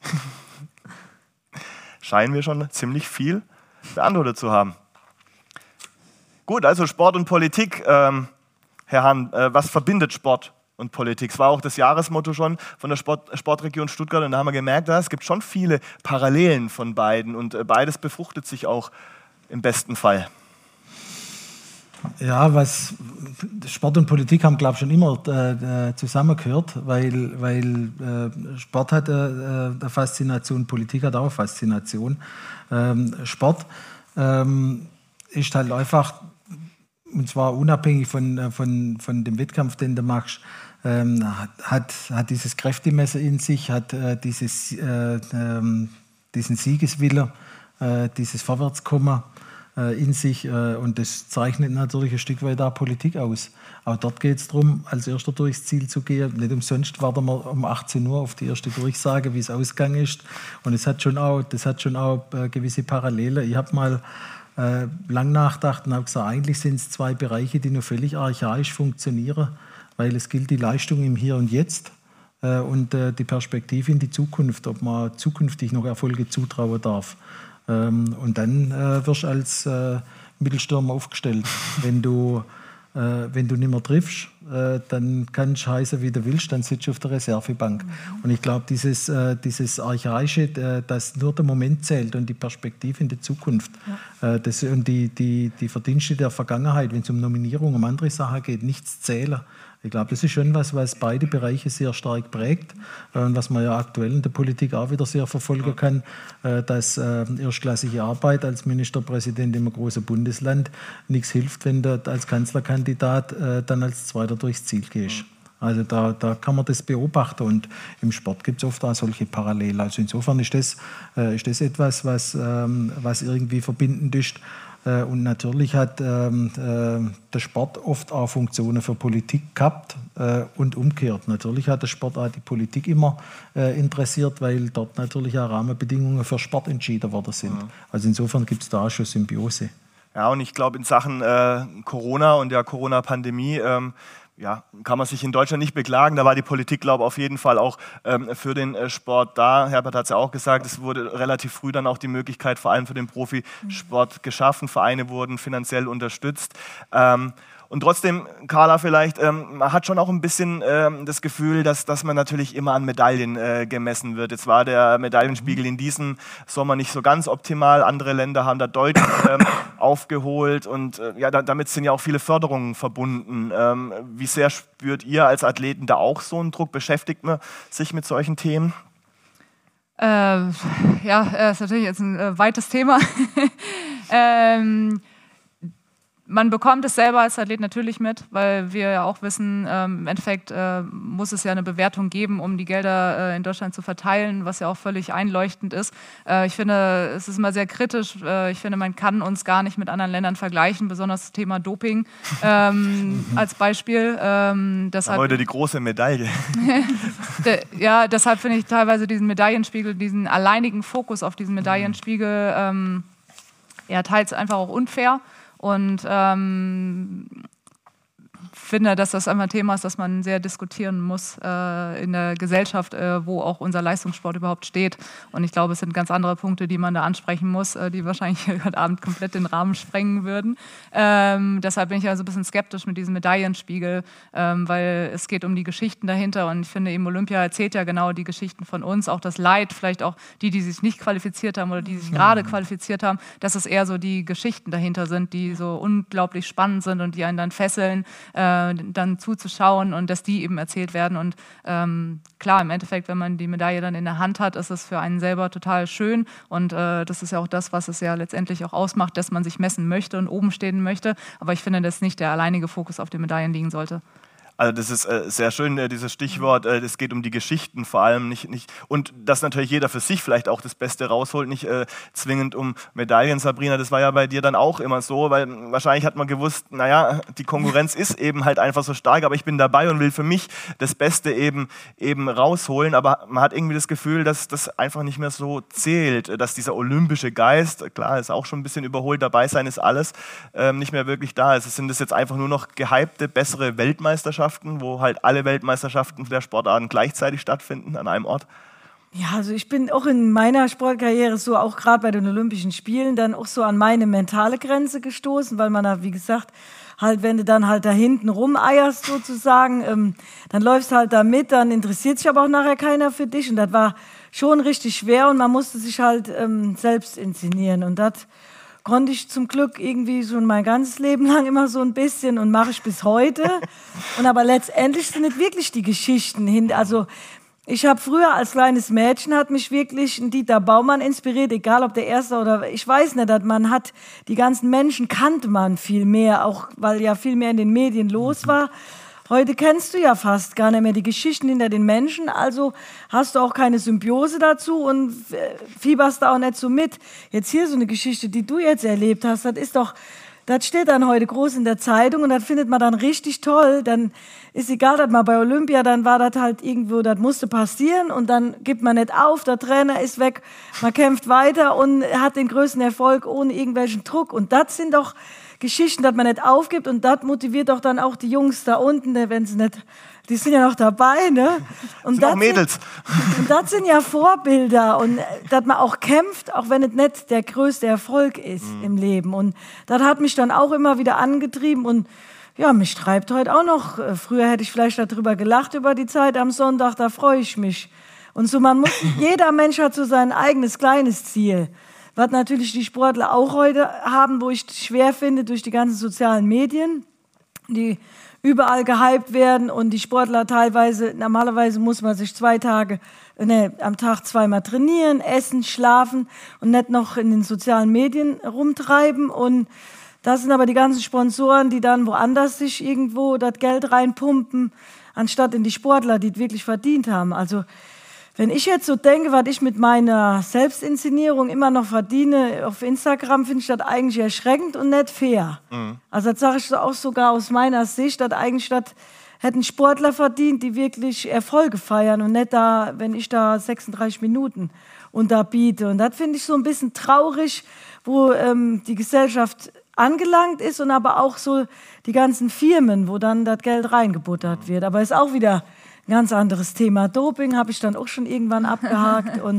Scheinen wir schon ziemlich viel beantwortet zu haben. Gut, also Sport und Politik. Ähm, Herr Hahn, äh, was verbindet Sport und Politik. Es war auch das Jahresmotto schon von der Sport, Sportregion Stuttgart und da haben wir gemerkt, ja, es gibt schon viele Parallelen von beiden und äh, beides befruchtet sich auch im besten Fall. Ja, was Sport und Politik haben, glaube ich, schon immer äh, zusammengehört, weil, weil äh, Sport hat äh, eine Faszination, Politik hat auch eine Faszination. Ähm, Sport ähm, ist halt einfach, und zwar unabhängig von, von, von dem Wettkampf, den du machst, ähm, hat, hat dieses Kräftemesser in sich, hat äh, dieses, äh, äh, diesen Siegeswille, äh, dieses Vorwärtskommen in sich und das zeichnet natürlich ein Stück weit auch Politik aus. Auch dort geht es darum, als Erster durchs Ziel zu gehen. Nicht umsonst warten wir um achtzehn Uhr auf die erste Durchsage, wie es ausgegangen ist. Und es hat schon auch, das hat schon auch gewisse Parallelen. Ich habe mal äh, lang nachgedacht und habe gesagt, eigentlich sind es zwei Bereiche, die nur völlig archaisch funktionieren, weil es gilt die Leistung im Hier und Jetzt äh, und äh, die Perspektive in die Zukunft, ob man zukünftig noch Erfolge zutrauen darf. Und dann äh, wirst du als äh, Mittelstürmer aufgestellt. Wenn du, äh, wenn du nicht mehr triffst, äh, dann kannst du heißen, wie du willst, dann sitzt du auf der Reservebank. Mhm. Und ich glaube, dieses, äh, dieses Archaische, äh, dass nur der Moment zählt und die Perspektive in die Zukunft, ja. äh, das, und die, die, die Verdienste der Vergangenheit, wenn es um Nominierung, um andere Sachen geht, nichts zählen. Ich glaube, das ist schon was, was beide Bereiche sehr stark prägt und was man ja aktuell in der Politik auch wieder sehr verfolgen kann, dass erstklassige Arbeit als Ministerpräsident im großen Bundesland nichts hilft, wenn du als Kanzlerkandidat dann als Zweiter durchs Ziel gehst. Also da, da kann man das beobachten und im Sport gibt es oft auch solche Parallelen. Also insofern ist das, ist das etwas, was, was irgendwie verbindend ist. Und natürlich hat ähm, äh, der Sport oft auch Funktionen für Politik gehabt äh, und umgekehrt. Natürlich hat der Sport auch die Politik immer äh, interessiert, weil dort natürlich auch Rahmenbedingungen für Sport entschieden worden sind. Ja. Also insofern gibt es da auch schon Symbiose. Ja, und ich glaube in Sachen äh, Corona und der Corona-Pandemie ähm, ja, kann man sich in Deutschland nicht beklagen. Da war die Politik, glaube ich, auf jeden Fall auch ähm, für den äh, Sport da. Herbert hat es ja auch gesagt, es wurde relativ früh dann auch die Möglichkeit, vor allem für den Profisport geschaffen. Vereine wurden finanziell unterstützt. Ähm, Und trotzdem, Carla, vielleicht, ähm, man hat schon auch ein bisschen ähm, das Gefühl, dass, dass man natürlich immer an Medaillen äh, gemessen wird. Jetzt war der Medaillenspiegel in diesem Sommer nicht so ganz optimal. Andere Länder haben da deutlich ähm, aufgeholt und äh, ja, da, damit sind ja auch viele Förderungen verbunden. Ähm, wie sehr spürt ihr als Athleten da auch so einen Druck? Beschäftigt man sich mit solchen Themen? Äh, ja, das ist natürlich jetzt ein äh, weites Thema. ähm, Man bekommt es selber als Athlet natürlich mit, weil wir ja auch wissen, ähm, im Endeffekt äh, muss es ja eine Bewertung geben, um die Gelder äh, in Deutschland zu verteilen, was ja auch völlig einleuchtend ist. Äh, ich finde, es ist immer sehr kritisch. Äh, ich finde, man kann uns gar nicht mit anderen Ländern vergleichen, besonders das Thema Doping ähm, als Beispiel. Ähm, deshalb, heute die große Medaille. de, ja, deshalb finde ich teilweise diesen Medaillenspiegel, diesen alleinigen Fokus auf diesen Medaillenspiegel, ähm, ja, teils einfach auch unfair. Und ähm, finde, dass das einfach ein Thema ist, das man sehr diskutieren muss äh, in der Gesellschaft, äh, wo auch unser Leistungssport überhaupt steht. Und ich glaube, es sind ganz andere Punkte, die man da ansprechen muss, äh, die wahrscheinlich heute Abend komplett den Rahmen sprengen würden. Ähm, deshalb bin ich also ein bisschen skeptisch mit diesem Medaillenspiegel, ähm, weil es geht um die Geschichten dahinter. Und ich finde, eben Olympia erzählt ja genau die Geschichten von uns, auch das Leid, vielleicht auch die, die sich nicht qualifiziert haben oder die sich gerade qualifiziert haben, dass es eher so die Geschichten dahinter sind, die so unglaublich spannend sind und die einen dann fesseln, äh, dann zuzuschauen und dass die eben erzählt werden. Und ähm, klar, im Endeffekt, wenn man die Medaille dann in der Hand hat, ist es für einen selber total schön. Und äh, das ist ja auch das, was es ja letztendlich auch ausmacht, dass man sich messen möchte und oben stehen möchte. Aber ich finde, dass nicht der alleinige Fokus auf den Medaillen liegen sollte. Also das ist äh, sehr schön, äh, dieses Stichwort, es äh, geht um die Geschichten vor allem, nicht, nicht und dass natürlich jeder für sich vielleicht auch das Beste rausholt, nicht äh, zwingend um Medaillen. Sabrina, das war ja bei dir dann auch immer so, weil wahrscheinlich hat man gewusst, naja, die Konkurrenz ist eben halt einfach so stark, aber ich bin dabei und will für mich das Beste eben, eben rausholen, aber man hat irgendwie das Gefühl, dass das einfach nicht mehr so zählt, dass dieser olympische Geist, klar, ist auch schon ein bisschen überholt, dabei sein ist alles, ähm, nicht mehr wirklich da ist. Es sind das jetzt einfach nur noch gehypte, bessere Weltmeisterschaften, wo halt alle Weltmeisterschaften der Sportarten gleichzeitig stattfinden an einem Ort? Ja, also ich bin auch in meiner Sportkarriere so, auch gerade bei den Olympischen Spielen, dann auch so an meine mentale Grenze gestoßen, weil man da, wie gesagt, halt, wenn du dann halt da hinten rumeierst sozusagen, ähm, dann läufst du halt da mit, dann interessiert sich aber auch nachher keiner für dich und das war schon richtig schwer und man musste sich halt ähm, selbst inszenieren und das konnte ich zum Glück irgendwie schon mein ganzes Leben lang immer so ein bisschen und mache ich bis heute. Und aber letztendlich sind nicht wirklich die Geschichten hin, also ich habe früher als kleines Mädchen, hat mich wirklich ein Dieter Baumann inspiriert, egal ob der Erste oder, ich weiß nicht, dass man hat, die ganzen Menschen kannte man viel mehr, auch weil ja viel mehr in den Medien los war. Heute kennst du ja fast gar nicht mehr die Geschichten hinter den Menschen, also hast du auch keine Symbiose dazu und fieberst da auch nicht so mit. Jetzt hier so eine Geschichte, die du jetzt erlebt hast, das ist doch, das steht dann heute groß in der Zeitung und das findet man dann richtig toll. Dann ist egal, dass man bei Olympia, dann war das halt irgendwo, das musste passieren und dann gibt man nicht auf, der Trainer ist weg, man kämpft weiter und hat den größten Erfolg ohne irgendwelchen Druck. Und das sind doch Geschichten, dass man nicht aufgibt und das motiviert doch dann auch die Jungs da unten, wenn sie nicht, die sind ja noch dabei, ne? Und sind auch Mädels. Sind, und das sind ja Vorbilder und dass man auch kämpft, auch wenn es nicht der größte Erfolg ist mhm. im Leben. Und das hat mich dann auch immer wieder angetrieben und ja, mich treibt heute auch noch. Früher hätte ich vielleicht darüber gelacht, über die Zeit am Sonntag, da freue ich mich. Und so, man muss, jeder Mensch hat so sein eigenes kleines Ziel. Was natürlich die Sportler auch heute haben, wo ich schwer finde, durch die ganzen sozialen Medien, die überall gehypt werden und die Sportler teilweise, normalerweise muss man sich zwei Tage, ne, am Tag zweimal trainieren, essen, schlafen und nicht noch in den sozialen Medien rumtreiben. Und das sind aber die ganzen Sponsoren, die dann woanders sich irgendwo das Geld reinpumpen, anstatt in die Sportler, die es wirklich verdient haben. Also wenn ich jetzt so denke, was ich mit meiner Selbstinszenierung immer noch verdiene auf Instagram, finde ich das eigentlich erschreckend und nicht fair. Mhm. Also das sage ich auch sogar aus meiner Sicht, dass eigentlich das hätten Sportler verdient, die wirklich Erfolge feiern und nicht da, wenn ich da sechsunddreißig Minuten unterbiete. Und das finde ich so ein bisschen traurig, wo ähm, die Gesellschaft angelangt ist und aber auch so die ganzen Firmen, wo dann das Geld reingebuttert wird. Aber ist auch wieder ein ganz anderes Thema. Doping habe ich dann auch schon irgendwann abgehakt. Und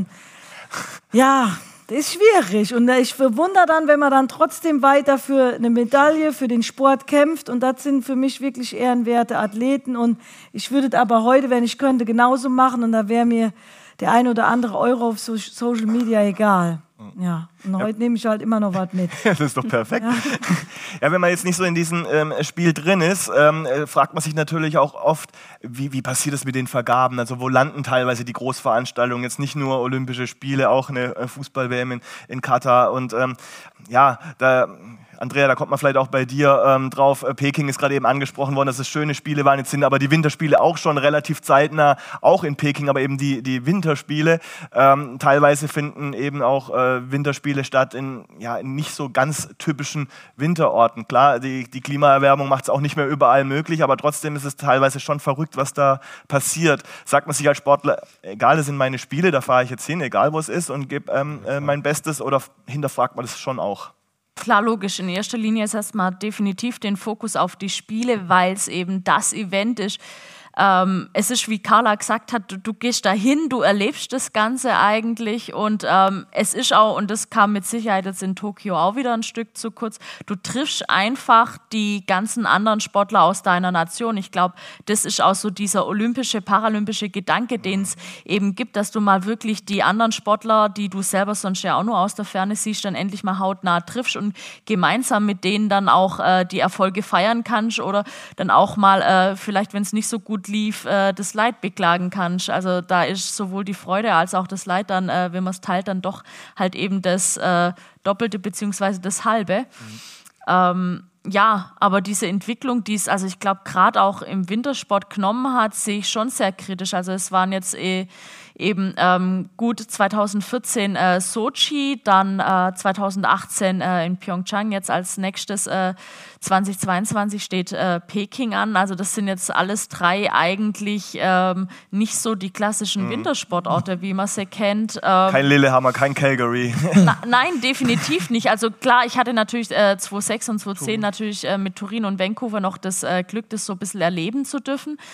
ja, das ist schwierig. Und ich bewundere dann, wenn man dann trotzdem weiter für eine Medaille, für den Sport kämpft. Und das sind für mich wirklich ehrenwerte Athleten. Und ich würde es aber heute, wenn ich könnte, genauso machen. Und da wäre mir der ein oder andere Euro auf so Social Media egal. Ja, und heute ja. nehme ich halt immer noch was mit. Das ist doch perfekt. Ja. Ja, wenn man jetzt nicht so in diesem ähm, Spiel drin ist, ähm, äh, fragt man sich natürlich auch oft, wie, wie passiert es mit den Vergaben? Also wo landen teilweise die Großveranstaltungen? Jetzt nicht nur Olympische Spiele, auch eine äh, Fußball-W M in, in Katar. Und ähm, ja, da... Andrea, da kommt man vielleicht auch bei dir ähm, drauf. Peking ist gerade eben angesprochen worden, dass es schöne Spiele waren. Jetzt sind aber die Winterspiele auch schon relativ zeitnah, auch in Peking, aber eben die, die Winterspiele. Ähm, teilweise finden eben auch äh, Winterspiele statt in, ja, in nicht so ganz typischen Winterorten. Klar, die, die Klimaerwärmung macht es auch nicht mehr überall möglich, aber trotzdem ist es teilweise schon verrückt, was da passiert. Sagt man sich als Sportler, egal, das sind meine Spiele, da fahre ich jetzt hin, egal wo es ist und gebe ähm, äh, mein Bestes, oder hinterfragt man das schon auch? Klar, logisch. In erster Linie ist erstmal definitiv den Fokus auf die Spiele, weil es eben das Event ist. Ähm, es ist, wie Carla gesagt hat, du, du gehst dahin, du erlebst das Ganze eigentlich und ähm, es ist auch, und das kam mit Sicherheit jetzt in Tokio auch wieder ein Stück zu kurz, du triffst einfach die ganzen anderen Sportler aus deiner Nation. Ich glaube, das ist auch so dieser olympische, paralympische Gedanke, den es eben gibt, dass du mal wirklich die anderen Sportler, die du selber sonst ja auch nur aus der Ferne siehst, dann endlich mal hautnah triffst und gemeinsam mit denen dann auch äh, die Erfolge feiern kannst oder dann auch mal, äh, vielleicht wenn es nicht so gut lief, äh, das Leid beklagen kannst. Also da ist sowohl die Freude als auch das Leid dann, äh, wenn man es teilt, dann doch halt eben das äh, Doppelte beziehungsweise das Halbe. Mhm. Ähm, ja, aber diese Entwicklung, die es, also ich glaube, gerade auch im Wintersport genommen hat, sehe ich schon sehr kritisch. Also es waren jetzt eh eben ähm, gut zweitausendvierzehn äh, Sochi, dann äh, zweitausendachtzehn äh, in Pyeongchang, jetzt als nächstes äh, zweitausendzweiundzwanzig steht äh, Peking an. Also das sind jetzt alles drei eigentlich ähm, nicht so die klassischen mhm. Wintersportorte, wie man sie kennt. Ähm, kein Lillehammer, kein Calgary. Na, nein, definitiv nicht. Also klar, ich hatte natürlich äh, zweitausendsechs und zweitausendzehn natürlich äh, mit Turin und Vancouver noch das äh, Glück, das so ein bisschen erleben zu dürfen.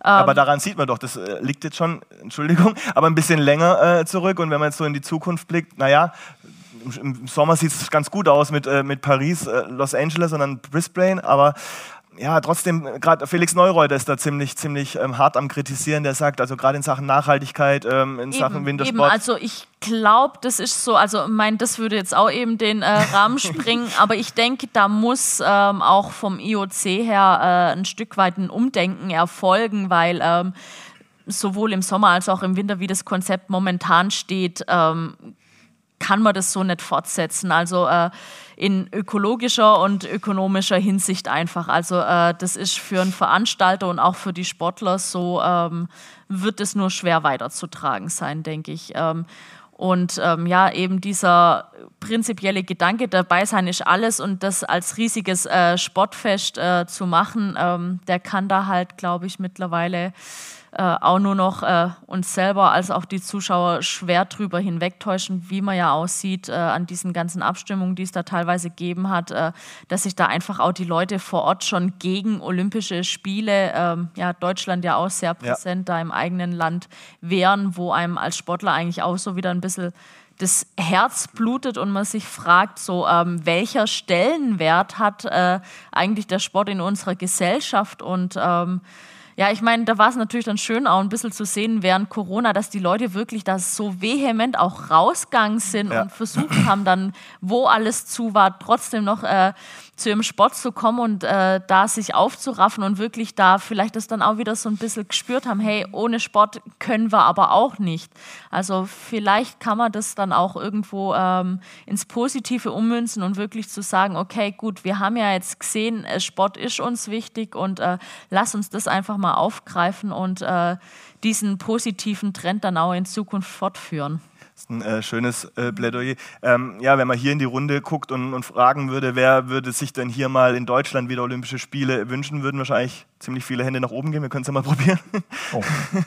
Aber daran sieht man doch, das äh, liegt jetzt schon, Entschuldigung, aber ein bisschen länger äh, zurück. Und wenn man jetzt so in die Zukunft blickt, naja, im, im Sommer sieht es ganz gut aus mit, äh, mit Paris, äh, Los Angeles und dann Brisbane, aber ja, trotzdem, gerade Felix Neureuter ist da ziemlich, ziemlich ähm, hart am Kritisieren. Der sagt, also gerade in Sachen Nachhaltigkeit, ähm, in eben, Sachen Wintersport. Eben. Also ich glaube, das ist so, also mein, das würde jetzt auch eben den äh, Rahmen sprengen, aber ich denke, da muss ähm, auch vom I O C her äh, ein Stück weit ein Umdenken erfolgen, weil ähm, sowohl im Sommer als auch im Winter, wie das Konzept momentan steht, ähm, kann man das so nicht fortsetzen. Also äh, in ökologischer und ökonomischer Hinsicht einfach. Also äh, das ist für einen Veranstalter und auch für die Sportler so, ähm, wird es nur schwer weiterzutragen sein, denke ich. Ähm, und ähm, ja, eben dieser prinzipielle Gedanke, dabei sein ist alles und das als riesiges äh, Sportfest äh, zu machen, ähm, der kann da halt, glaube ich, mittlerweile Äh, auch nur noch äh, uns selber als auch die Zuschauer schwer drüber hinwegtäuschen, wie man ja aussieht äh, an diesen ganzen Abstimmungen, die es da teilweise gegeben hat, äh, dass sich da einfach auch die Leute vor Ort schon gegen Olympische Spiele, ähm, ja Deutschland ja auch sehr präsent, ja. da im eigenen Land wehren, wo einem als Sportler eigentlich auch so wieder ein bisschen das Herz blutet und man sich fragt, so ähm, welcher Stellenwert hat äh, eigentlich der Sport in unserer Gesellschaft und ähm, ja, ich meine, da war es natürlich dann schön auch ein bisschen zu sehen während Corona, dass die Leute wirklich da so vehement auch rausgegangen sind ja. und versucht haben dann, wo alles zu war, trotzdem noch äh, zu ihrem Sport zu kommen und äh, da sich aufzuraffen und wirklich da vielleicht das dann auch wieder so ein bisschen gespürt haben, hey, ohne Sport können wir aber auch nicht. Also vielleicht kann man das dann auch irgendwo ähm, ins Positive ummünzen und wirklich zu sagen, okay, gut, wir haben ja jetzt gesehen, äh, Sport ist uns wichtig und äh, lass uns das einfach mal aufgreifen und äh, diesen positiven Trend dann auch in Zukunft fortführen. Das ist ein äh, schönes äh, Plädoyer. Ähm, ja, wenn man hier in die Runde guckt und, und fragen würde, wer würde sich denn hier mal in Deutschland wieder Olympische Spiele wünschen, würden wahrscheinlich ziemlich viele Hände nach oben gehen. Wir können es ja mal probieren. Oh.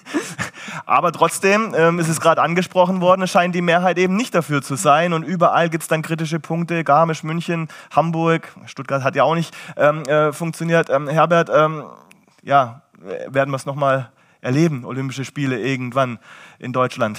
Aber trotzdem ähm, ist es gerade angesprochen worden, es scheint die Mehrheit eben nicht dafür zu sein. Und überall gibt es dann kritische Punkte. Garmisch, München, Hamburg, Stuttgart hat ja auch nicht ähm, äh, funktioniert. Ähm, Herbert, ähm, ja, werden wir es nochmal erleben, Olympische Spiele irgendwann in Deutschland.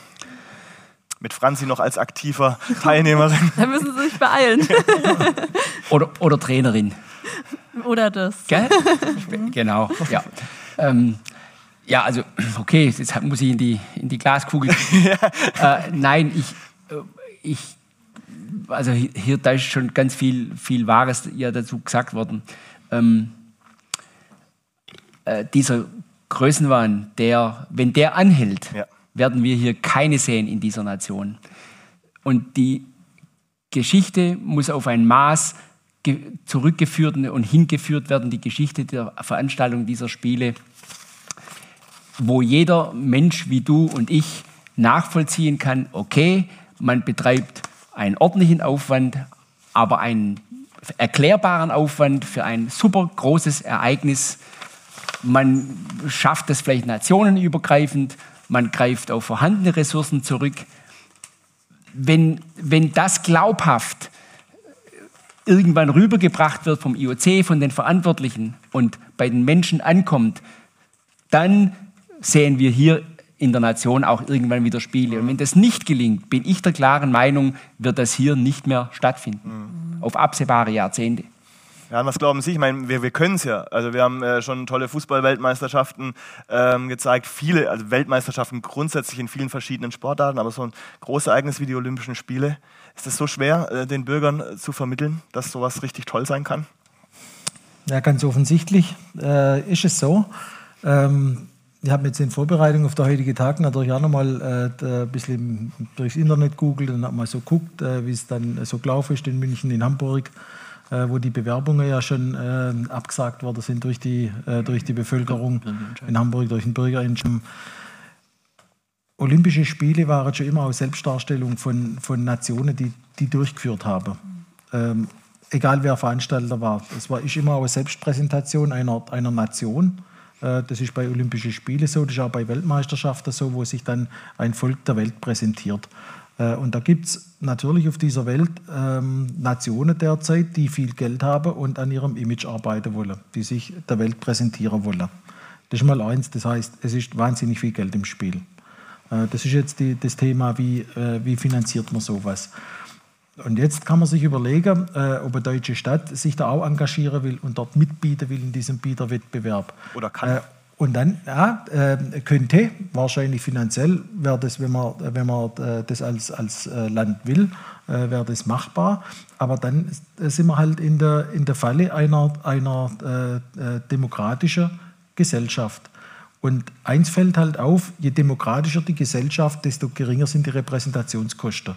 Mit Franzi noch als aktiver Teilnehmerin. Da müssen Sie sich beeilen. oder, oder Trainerin. Oder das. Gell? Genau, ja. Ähm, ja, also, okay, jetzt muss ich in die, in die Glaskugel. ja. äh, nein, ich, ich, also hier, da ist schon ganz viel, viel Wahres ja dazu gesagt worden. Ähm, äh, dieser Größenwahn, der, wenn der anhält, ja. werden wir hier keine sehen in dieser Nation. Und die Geschichte muss auf ein Maß zurückgeführt und hingeführt werden, die Geschichte der Veranstaltung dieser Spiele, wo jeder Mensch wie du und ich nachvollziehen kann, okay, man betreibt einen ordentlichen Aufwand, aber einen erklärbaren Aufwand für ein super großes Ereignis. Man schafft das vielleicht nationenübergreifend, man greift auf vorhandene Ressourcen zurück. Wenn, wenn das glaubhaft irgendwann rübergebracht wird vom I O C, von den Verantwortlichen und bei den Menschen ankommt, dann sehen wir hier in der Nation auch irgendwann wieder Spiele. Und wenn das nicht gelingt, bin ich der klaren Meinung, wird das hier nicht mehr stattfinden. Mhm. Auf absehbare Jahrzehnte. Ja, was glauben Sie? Ich meine, wir, wir können es ja. Also wir haben äh, schon tolle Fußball-Weltmeisterschaften ähm, gezeigt. Viele, also Weltmeisterschaften grundsätzlich in vielen verschiedenen Sportarten, aber so ein großes Ereignis wie die Olympischen Spiele. Ist es so schwer, äh, den Bürgern äh, zu vermitteln, dass sowas richtig toll sein kann? Ja, ganz offensichtlich äh, ist es so. Ähm, ich habe jetzt in Vorbereitung auf den heutigen Tag natürlich auch nochmal äh, ein bisschen durchs Internet googelt und habe mal so geguckt, äh, wie es dann so gelaufen ist in München, in Hamburg, äh, wo die Bewerbungen ja schon äh, abgesagt worden sind durch die, äh, durch die Bevölkerung, in Hamburg durch den Bürgerentscheid. Olympische Spiele waren schon immer auch Selbstdarstellung von, von Nationen, die die durchgeführt haben. Ähm, egal wer Veranstalter war. Es war ist immer auch eine Selbstpräsentation einer, einer Nation. Äh, das ist bei Olympischen Spielen so, das ist auch bei Weltmeisterschaften so, wo sich dann ein Volk der Welt präsentiert. Äh, und da gibt es natürlich auf dieser Welt ähm, Nationen derzeit, die viel Geld haben und an ihrem Image arbeiten wollen, die sich der Welt präsentieren wollen. Das ist mal eins, das heißt, es ist wahnsinnig viel Geld im Spiel. Äh, das ist jetzt die, das Thema, wie, äh, wie finanziert man sowas. Und jetzt kann man sich überlegen, äh, ob eine deutsche Stadt sich da auch engagieren will und dort mitbieten will in diesem Bieterwettbewerb. Oder kann. Äh, und dann ja, äh, könnte, wahrscheinlich finanziell, wäre das, wenn man, wenn man äh, das als, als äh, Land will, äh, wäre das machbar. Aber dann sind wir halt in der, in der Falle einer, einer äh, äh, demokratischen Gesellschaft. Und eins fällt halt auf, je demokratischer die Gesellschaft, desto geringer sind die Repräsentationskosten.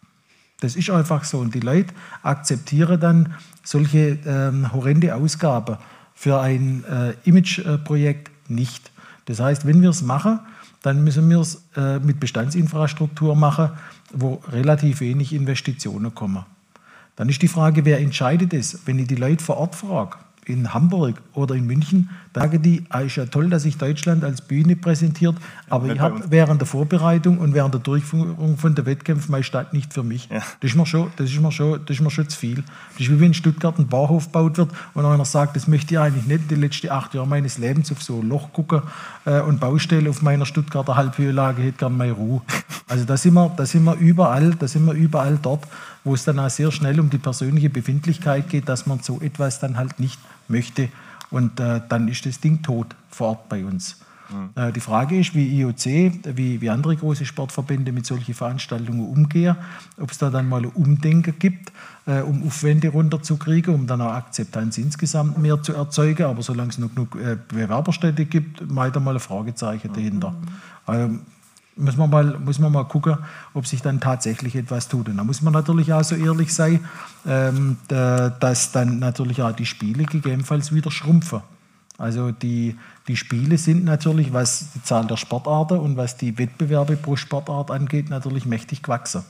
Das ist einfach so. Und die Leute akzeptieren dann solche ähm, horrende Ausgaben für ein äh, Imageprojekt nicht. Das heißt, wenn wir es machen, dann müssen wir es äh, mit Bestandsinfrastruktur machen, wo relativ wenig Investitionen kommen. Dann ist die Frage, wer entscheidet es? Wenn ich die Leute vor Ort frage, in Hamburg oder in München, da sagen die, ah, ist ja toll, dass sich Deutschland als Bühne präsentiert, aber ja, ich habe während der Vorbereitung und während der Durchführung von der Wettkämpfe meine Stadt nicht für mich. Ja. Das ist mir schon, das ist mir schon, das ist mir schon zu viel. Das ist wie wenn in Stuttgart ein Bauhof gebaut wird und einer sagt, das möchte ich eigentlich nicht die letzten acht Jahre meines Lebens auf so ein Loch gucken äh, und Baustelle auf meiner Stuttgarter Halbhöhenlage, hätte gerne meine Ruhe. Also da sind wir, da sind wir überall, da sind wir überall dort, wo es dann auch sehr schnell um die persönliche Befindlichkeit geht, dass man so etwas dann halt nicht möchte. Und äh, dann ist das Ding tot vor Ort bei uns. Mhm. Äh, die Frage ist, wie I O C, wie, wie andere große Sportverbände mit solchen Veranstaltungen umgehen, ob es da dann mal ein Umdenken gibt, äh, um Aufwände runterzukriegen, um dann auch Akzeptanz insgesamt mehr zu erzeugen. Aber solange es noch genug äh, Bewerberstädte gibt, weiter mal ein Fragezeichen dahinter. Mhm. Ähm, Muss man, mal, muss man mal gucken, ob sich dann tatsächlich etwas tut. Und da muss man natürlich auch so ehrlich sein, ähm, da, dass dann natürlich auch die Spiele gegebenenfalls wieder schrumpfen. Also die, die Spiele sind natürlich, was die Zahl der Sportarten und was die Wettbewerbe pro Sportart angeht, natürlich mächtig gewachsen.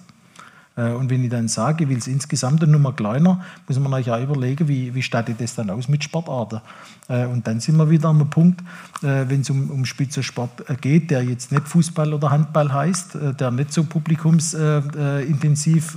Und wenn ich dann sage, ich will es insgesamt eine Nummer kleiner, muss man euch auch überlegen, wie, wie stattet das dann aus mit Sportarten. Und dann sind wir wieder am Punkt, wenn es um, um Spitzensport geht, der jetzt nicht Fußball oder Handball heißt, der nicht so publikumsintensiv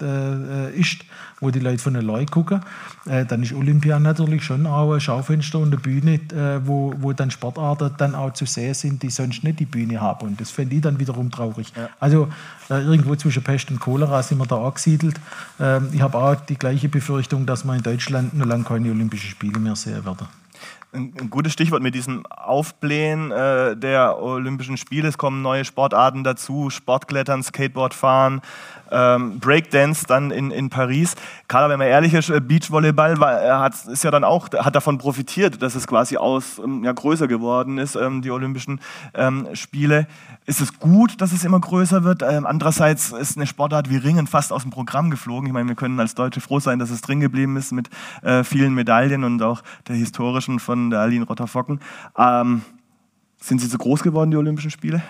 ist, wo die Leute von allein gucken, dann ist Olympia natürlich schon auch ein Schaufenster und eine Bühne, wo, wo dann Sportarten dann auch zu sehen sind, die sonst nicht die Bühne haben. Und das fände ich dann wiederum traurig. Ja. Also irgendwo zwischen Pest und Cholera sind wir da angesiedelt. Ich habe auch die gleiche Befürchtung, dass wir in Deutschland noch lange keine Olympischen Spiele mehr sehen werden. Ein, ein gutes Stichwort mit diesem Aufblähen äh, der Olympischen Spiele. Es kommen neue Sportarten dazu, Sportklettern, Skateboardfahren, ähm, Breakdance dann in, in Paris. Carla, wenn man ehrlich ist, Beachvolleyball war, hat, ist ja dann auch, hat davon profitiert, dass es quasi aus, ähm, ja, größer geworden ist, ähm, die Olympischen ähm, Spiele. Ist es gut, dass es immer größer wird? Ähm, andererseits ist eine Sportart wie Ringen fast aus dem Programm geflogen. Ich meine, wir können als Deutsche froh sein, dass es drin geblieben ist mit äh, vielen Medaillen und auch der historischen von der Aline Rotter-Focken. Ähm, sind sie so groß geworden, die Olympischen Spiele?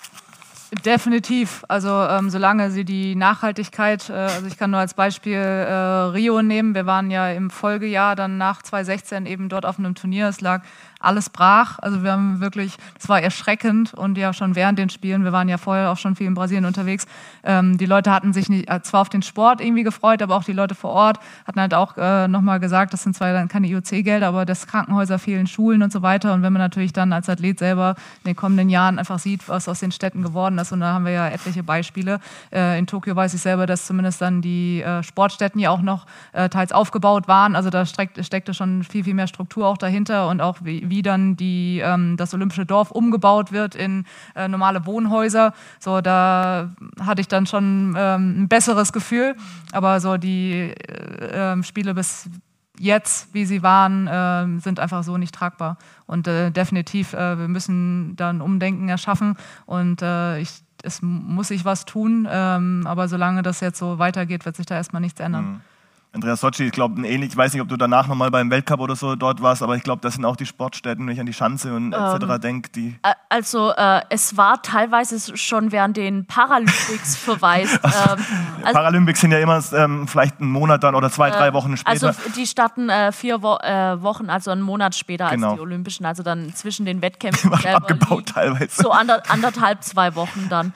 Definitiv. Also ähm, solange sie die Nachhaltigkeit, äh, also ich kann nur als Beispiel äh, Rio nehmen. Wir waren ja im Folgejahr dann nach zwanzig sechzehn eben dort auf einem Turnier. Es lag alles brach. Also wir haben wirklich, es war erschreckend und ja schon während den Spielen, wir waren ja vorher auch schon viel in Brasilien unterwegs, ähm, die Leute hatten sich nicht, äh, zwar auf den Sport irgendwie gefreut, aber auch die Leute vor Ort hatten halt auch äh, nochmal gesagt, das sind zwar dann keine I O C-Gelder, aber das Krankenhäuser fehlen, Schulen und so weiter. Und wenn man natürlich dann als Athlet selber in den kommenden Jahren einfach sieht, was aus den Städten geworden ist, und da haben wir ja etliche Beispiele. Äh, in Tokio weiß ich selber, dass zumindest dann die äh, Sportstätten ja auch noch äh, teils aufgebaut waren. Also da steckt, steckte schon viel, viel mehr Struktur auch dahinter und auch wie, wie dann die, ähm, das Olympische Dorf umgebaut wird in äh, normale Wohnhäuser. So, da hatte ich dann schon ähm, ein besseres Gefühl. Aber so die äh, äh, Spiele bis jetzt, wie sie waren, äh, sind einfach so nicht tragbar. Und äh, definitiv, äh, wir müssen da ein Umdenken erschaffen. Und äh, ich, es muss sich was tun. Ähm, aber solange das jetzt so weitergeht, wird sich da erstmal nichts ändern. Mhm. Andreas Socci, ich glaube, ähnlich, ich weiß nicht, ob du danach nochmal beim Weltcup oder so dort warst, aber ich glaube, das sind auch die Sportstätten, wenn ich an die Schanze und et cetera ähm, denke. Die also äh, es war teilweise schon während den Paralympics verweist. Ähm, also, Paralympics sind ja immer ähm, vielleicht einen Monat dann oder zwei, äh, drei Wochen später. Also die starten äh, vier Wo- äh, Wochen, also einen Monat später genau. als die Olympischen, also dann zwischen den Wettkämpfen selber abgebaut teilweise. So ander- anderthalb, zwei Wochen dann.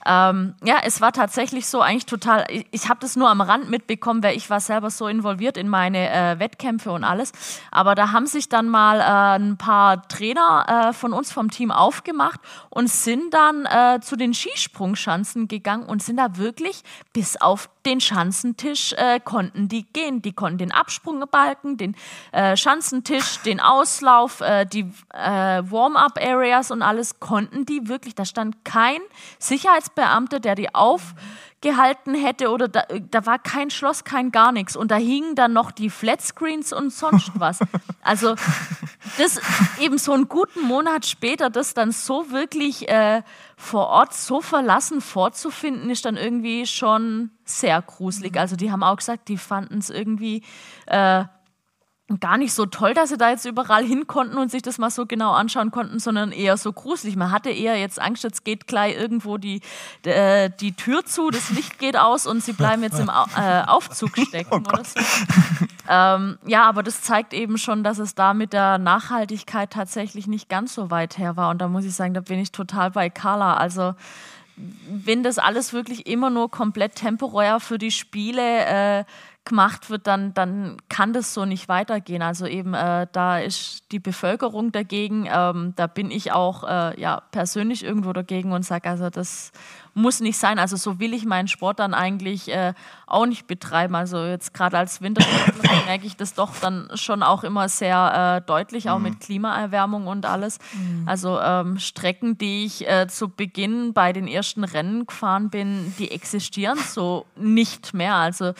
Ähm, ja, es war tatsächlich so eigentlich total, ich, ich habe das nur am Rand mitbekommen, weil ich war selber so involviert in meine äh, Wettkämpfe und alles, aber da haben sich dann mal äh, ein paar Trainer äh, von uns vom Team aufgemacht und sind dann äh, zu den Skisprungschanzen gegangen und sind da wirklich bis auf den Schanzentisch äh, konnten die gehen. Die konnten den Absprungbalken, den äh, Schanzentisch, den Auslauf, äh, die äh, Warm-up-Areas und alles konnten die wirklich. Da stand kein Sicherheitsbeamter, der die aufgehalten hätte oder da, da war kein Schloss, kein gar nichts. Und da hingen dann noch die Flatscreens und sonst was. Also das eben so einen guten Monat später, das dann so wirklich äh, vor Ort so verlassen vorzufinden, ist dann irgendwie schon sehr gruselig. Also die haben auch gesagt, die fanden es irgendwie äh, gar nicht so toll, dass sie da jetzt überall hin konnten und sich das mal so genau anschauen konnten, sondern eher so gruselig. Man hatte eher jetzt Angst, jetzt geht gleich irgendwo die, äh, die Tür zu, das Licht geht aus und sie bleiben jetzt im Au äh, Aufzug stecken oh oder so. Ähm, ja, aber das zeigt eben schon, dass es da mit der Nachhaltigkeit tatsächlich nicht ganz so weit her war. Und da muss ich sagen, da bin ich total bei Carla. Also wenn das alles wirklich immer nur komplett temporär für die Spiele äh, gemacht wird, dann, dann kann das so nicht weitergehen. Also eben, äh, da ist die Bevölkerung dagegen, ähm, da bin ich auch äh, ja, persönlich irgendwo dagegen und sage, also das muss nicht sein. Also so will ich meinen Sport dann eigentlich äh, auch nicht betreiben. Also jetzt gerade als Wintersportlerin merke ich das doch dann schon auch immer sehr äh, deutlich, auch mhm. mit Klimaerwärmung und alles. Mhm. Also ähm, Strecken, die ich äh, zu Beginn bei den ersten Rennen gefahren bin, die existieren so nicht mehr. Also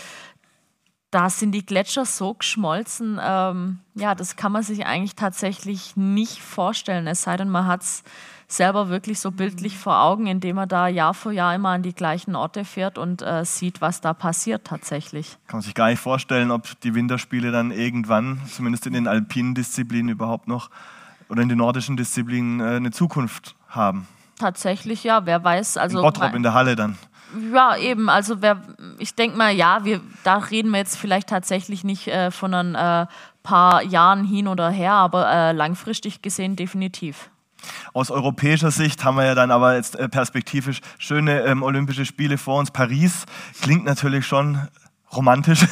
da sind die Gletscher so geschmolzen, ähm, ja, das kann man sich eigentlich tatsächlich nicht vorstellen, es sei denn, man hat es selber wirklich so bildlich vor Augen, indem man da Jahr für Jahr immer an die gleichen Orte fährt und äh, sieht, was da passiert tatsächlich. Kann man sich gar nicht vorstellen, ob die Winterspiele dann irgendwann, zumindest in den alpinen Disziplinen überhaupt noch, oder in den nordischen Disziplinen äh, eine Zukunft haben. Tatsächlich, ja, wer weiß. Also in Bottrop in der Halle dann. Ja, eben, also wer, ich denke mal, ja, wir, da reden wir jetzt vielleicht tatsächlich nicht äh, von ein äh, paar Jahren hin oder her, aber äh, langfristig gesehen definitiv. Aus europäischer Sicht haben wir ja dann aber jetzt äh, perspektivisch schöne ähm, Olympische Spiele vor uns. Paris klingt natürlich schon romantisch.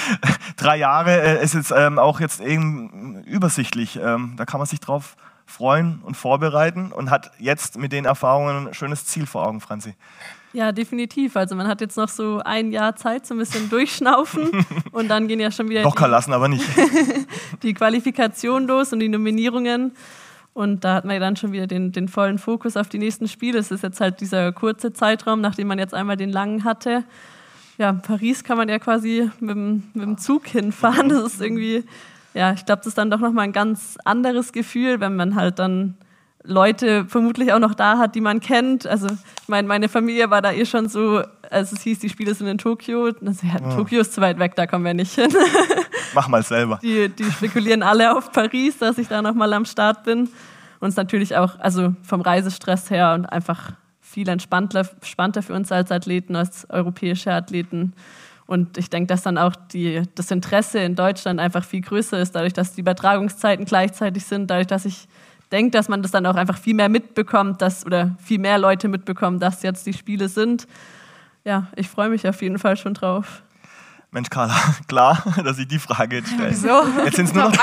Drei Jahre äh, ist jetzt ähm, auch jetzt eben übersichtlich. Ähm, da kann man sich drauf freuen und vorbereiten und hat jetzt mit den Erfahrungen ein schönes Ziel vor Augen, Franzi. Ja, definitiv. Also man hat jetzt noch so ein Jahr Zeit, so ein bisschen durchschnaufen und dann gehen ja schon wieder locker lassen, aber nicht. die Qualifikation los und die Nominierungen. Und da hat man ja dann schon wieder den, den vollen Fokus auf die nächsten Spiele. Es ist jetzt halt dieser kurze Zeitraum, nachdem man jetzt einmal den langen hatte. Ja, Paris kann man ja quasi mit dem, mit dem Zug hinfahren. Das ist irgendwie, ja, ich glaube, das ist dann doch nochmal ein ganz anderes Gefühl, wenn man halt dann Leute vermutlich auch noch da hat, die man kennt. Also ich meine, meine Familie war da eh schon so, als es hieß, die Spiele sind in Tokio. Also, ja, ja. Tokio ist zu weit weg, da kommen wir nicht hin. Mach mal selber. Die, die spekulieren alle auf Paris, dass ich da nochmal am Start bin. Und es ist natürlich auch, also vom Reisestress her und einfach viel entspannter, entspannter für uns als Athleten, als europäische Athleten. Und ich denke, dass dann auch die, das Interesse in Deutschland einfach viel größer ist, dadurch, dass die Übertragungszeiten gleichzeitig sind, dadurch, dass ich denke, dass man das dann auch einfach viel mehr mitbekommt, dass, oder viel mehr Leute mitbekommen, dass jetzt die Spiele sind. Ja, ich freue mich auf jeden Fall schon drauf. Mensch, Carla, klar, dass ich die Frage jetzt stelle. Wieso? Jetzt sind es nur,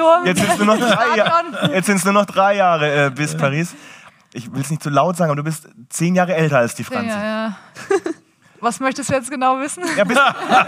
nur, nur noch drei Jahre äh, bis Paris. Ich will es nicht zu laut sagen, aber du bist zehn Jahre älter als die Franzi. Ja, ja. Was möchtest du jetzt genau wissen? Ja, bist,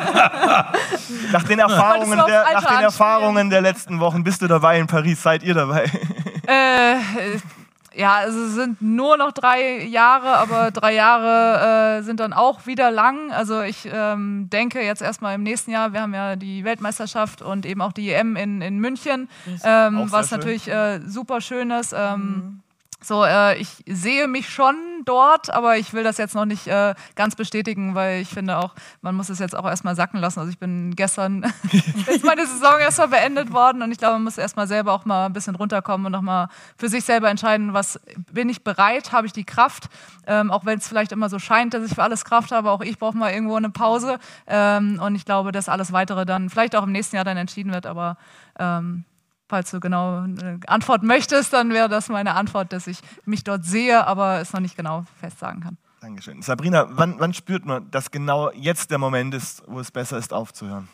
nach den, Erfahrungen der, nach den Erfahrungen der letzten Wochen bist du dabei in Paris. Seid ihr dabei? Äh, ja, also es sind nur noch drei Jahre, aber drei Jahre äh, sind dann auch wieder lang. Also ich ähm, denke jetzt erstmal im nächsten Jahr, wir haben ja die Weltmeisterschaft und eben auch die E M in, in München, ähm, was schön. natürlich äh, super schön ist. Ähm, mhm. So, äh, ich sehe mich schon dort, aber ich will das jetzt noch nicht äh, ganz bestätigen, weil ich finde auch, man muss es jetzt auch erstmal sacken lassen. Also ich bin gestern, ist meine Saison erstmal beendet worden und ich glaube, man muss erstmal selber auch mal ein bisschen runterkommen und nochmal für sich selber entscheiden, was bin ich bereit, habe ich die Kraft, ähm, auch wenn es vielleicht immer so scheint, dass ich für alles Kraft habe, auch ich brauche mal irgendwo eine Pause ähm, und ich glaube, dass alles Weitere dann vielleicht auch im nächsten Jahr dann entschieden wird, aber ähm, falls du genau eine Antwort möchtest, dann wäre das meine Antwort, dass ich mich dort sehe, aber es noch nicht genau fest sagen kann. Dankeschön. Sabrina, wann, wann spürt man, dass genau jetzt der Moment ist, wo es besser ist, aufzuhören?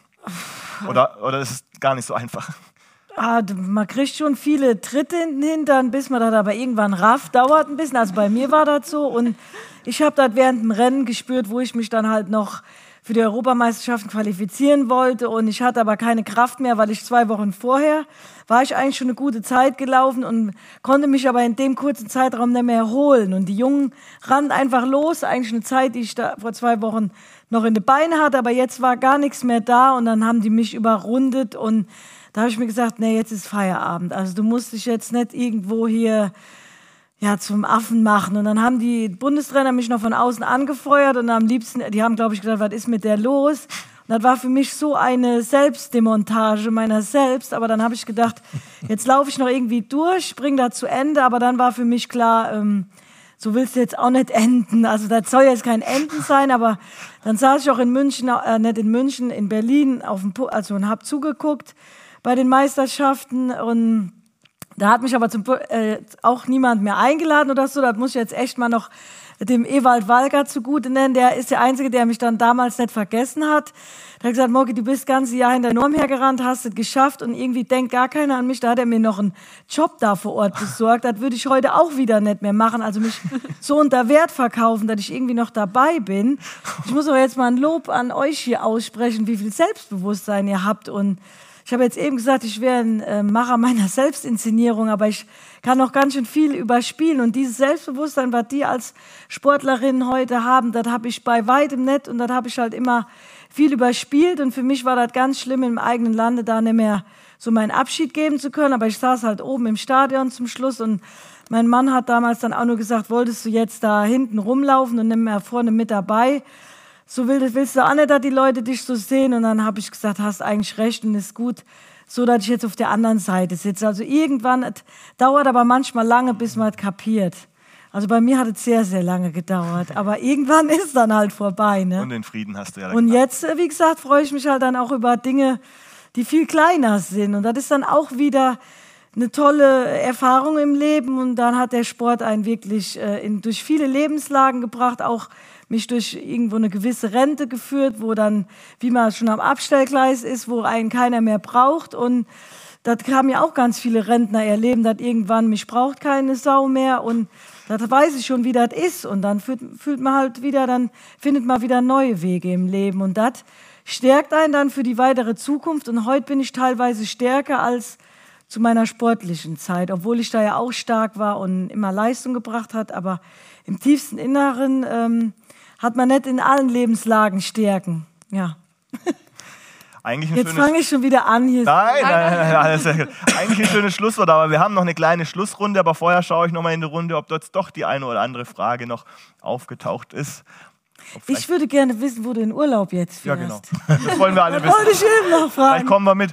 Oder, oder ist es gar nicht so einfach? Ah, man kriegt schon viele Tritte in den Hintern, bis man das aber irgendwann rafft. Dauert ein bisschen, also bei mir war das so. Und ich habe das während dem Rennen gespürt, wo ich mich dann halt noch für die Europameisterschaften qualifizieren wollte. Und ich hatte aber keine Kraft mehr, weil ich zwei Wochen vorher war ich eigentlich schon eine gute Zeit gelaufen und konnte mich aber in dem kurzen Zeitraum nicht mehr erholen. Und die Jungen rannten einfach los, eigentlich eine Zeit, die ich da vor zwei Wochen noch in den Beinen hatte, aber jetzt war gar nichts mehr da und dann haben die mich überrundet und da habe ich mir gesagt, nee, jetzt ist Feierabend. Also du musst dich jetzt nicht irgendwo hier ja, zum Affen machen. Und dann haben die Bundestrainer mich noch von außen angefeuert und am liebsten, die haben, glaube ich, gesagt, was ist mit der los? Und das war für mich so eine Selbstdemontage meiner selbst. Aber dann habe ich gedacht, jetzt laufe ich noch irgendwie durch, bringe da zu Ende. Aber dann war für mich klar, ähm, so willst du jetzt auch nicht enden. Also das soll jetzt kein Enden sein, aber dann saß ich auch in München, äh, nicht in München, in Berlin, auf dem, also und habe zugeguckt bei den Meisterschaften und da hat mich aber zum, äh, auch niemand mehr eingeladen oder so. Da muss ich jetzt echt mal noch dem Ewald Walger zugute nennen. Der ist der Einzige, der mich dann damals nicht vergessen hat. Der hat gesagt, Moki, du bist das ganze Jahr hinter Norm hergerannt, hast es geschafft und irgendwie denkt gar keiner an mich. Da hat er mir noch einen Job da vor Ort besorgt. Das würde ich heute auch wieder nicht mehr machen. Also mich so unter Wert verkaufen, dass ich irgendwie noch dabei bin. Ich muss aber jetzt mal ein Lob an euch hier aussprechen, wie viel Selbstbewusstsein ihr habt. Und ich habe jetzt eben gesagt, ich wäre ein äh, Macher meiner Selbstinszenierung, aber ich kann noch ganz schön viel überspielen. Und dieses Selbstbewusstsein, was die als Sportlerinnen heute haben, das habe ich bei weitem nicht. Und das habe ich halt immer viel überspielt. Und für mich war das ganz schlimm, im eigenen Lande da nicht mehr so meinen Abschied geben zu können. Aber ich saß halt oben im Stadion zum Schluss. Und mein Mann hat damals dann auch nur gesagt, wolltest du jetzt da hinten rumlaufen und nicht mehr vorne mit dabei? So willst, willst du auch nicht, dass die Leute dich so sehen. Und dann habe ich gesagt, hast eigentlich recht und ist gut, so dass ich jetzt auf der anderen Seite sitze. Also irgendwann, es dauert aber manchmal lange, bis man es kapiert. Also bei mir hat es sehr, sehr lange gedauert. Aber irgendwann ist es dann halt vorbei. Ne? Und den Frieden hast du ja. Und jetzt, wie gesagt, freue ich mich halt dann auch über Dinge, die viel kleiner sind. Und das ist dann auch wieder eine tolle Erfahrung im Leben. Und dann hat der Sport einen wirklich äh, in, durch viele Lebenslagen gebracht, auch mich durch irgendwo eine gewisse Rente geführt, wo dann, wie man schon am Abstellgleis ist, wo einen keiner mehr braucht. Und das haben ja auch ganz viele Rentner erleben, dass irgendwann mich braucht keine Sau mehr. Und das weiß ich schon, wie das ist. Und dann fühlt, fühlt man halt wieder, dann findet man wieder neue Wege im Leben. Und das stärkt einen dann für die weitere Zukunft. Und heute bin ich teilweise stärker als zu meiner sportlichen Zeit, obwohl ich da ja auch stark war und immer Leistung gebracht hat. Aber im tiefsten Inneren ähm, hat man nicht in allen Lebenslagen Stärken. Ja. Eigentlich ein Jetzt fange ich schon wieder an hier. Nein, nein, nein, alles sehr gut. Eigentlich ein schönes Schlusswort, aber wir haben noch eine kleine Schlussrunde. Aber vorher schaue ich noch mal in die Runde, ob dort doch die eine oder andere Frage noch aufgetaucht ist. Ich würde gerne wissen, wo du in Urlaub jetzt fährst. Ja, genau. Das wollen wir alle wissen. Wollte ich eben noch fragen. Vielleicht kommen wir mit.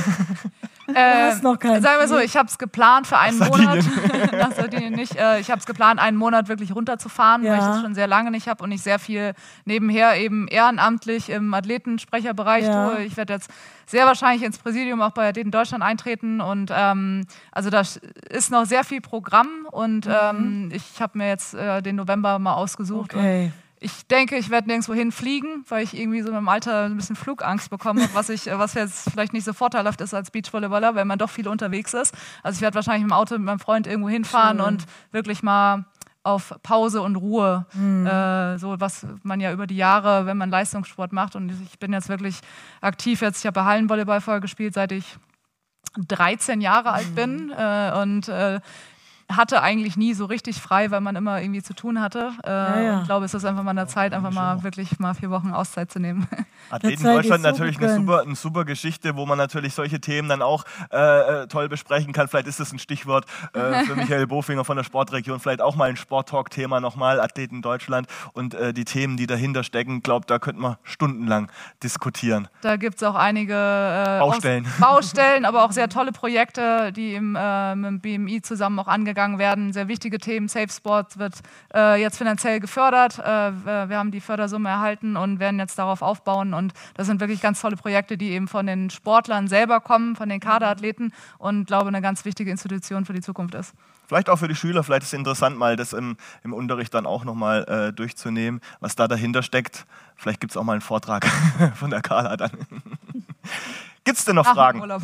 Äh, hast noch keinen sagen wir so, Ziel. ich habe es geplant für einen Monat. Nach Sardinien nicht. Äh, ich habe es geplant, einen Monat wirklich runterzufahren, Ja. weil ich das schon sehr lange nicht habe und ich sehr viel nebenher eben ehrenamtlich im Athletensprecherbereich Ja. tue. Ich werde jetzt sehr wahrscheinlich ins Präsidium auch bei Athleten Deutschland eintreten und ähm, also da ist noch sehr viel Programm und ähm, ich habe mir jetzt äh, den November mal ausgesucht. Okay. Ich denke, ich werde nirgendwo hinfliegen, weil ich irgendwie so im Alter ein bisschen Flugangst bekomme, was ich, was jetzt vielleicht nicht so vorteilhaft ist als Beachvolleyballer, weil man doch viel unterwegs ist. Also ich werde wahrscheinlich mit dem Auto mit meinem Freund irgendwo hinfahren Schön. und wirklich mal auf Pause und Ruhe, Mhm. äh, so was man ja über die Jahre, wenn man Leistungssport macht und ich bin jetzt wirklich aktiv jetzt, ich habe bei Hallenvolleyball vorher gespielt, seit ich dreizehn Jahre alt bin äh, und äh, hatte eigentlich nie so richtig frei, weil man immer irgendwie zu tun hatte. Äh, Ja, ja. Und ich glaube, es ist einfach mal an der Zeit, einfach mal wirklich mal vier Wochen Auszeit zu nehmen. Athleten Zeit Deutschland ist so natürlich eine gegönnt. super, eine super Geschichte, wo man natürlich solche Themen dann auch äh, toll besprechen kann. Vielleicht ist das ein Stichwort äh, für Michael Bofinger von der Sportregion. Vielleicht auch mal ein Sport-Talk-Thema nochmal, Athleten Deutschland und äh, die Themen, die dahinter stecken. Ich glaube, da könnte man stundenlang diskutieren. Da gibt es auch einige äh, Baustellen. Aus- Baustellen, aber auch sehr tolle Projekte, die im, äh, mit dem B M I zusammen auch angegangen angegangen werden. Sehr wichtige Themen. Safe Sport wird äh, jetzt finanziell gefördert. Äh, wir haben die Fördersumme erhalten und werden jetzt darauf aufbauen. Und das sind wirklich ganz tolle Projekte, die eben von den Sportlern selber kommen, von den Kaderathleten und glaube, eine ganz wichtige Institution für die Zukunft ist. Vielleicht auch für die Schüler, vielleicht ist es interessant, mal das im, im Unterricht dann auch nochmal äh, durchzunehmen, was da dahinter steckt. Vielleicht gibt es auch mal einen Vortrag von der Carla dann. Gibt es denn noch Ach, Fragen? Urlaub.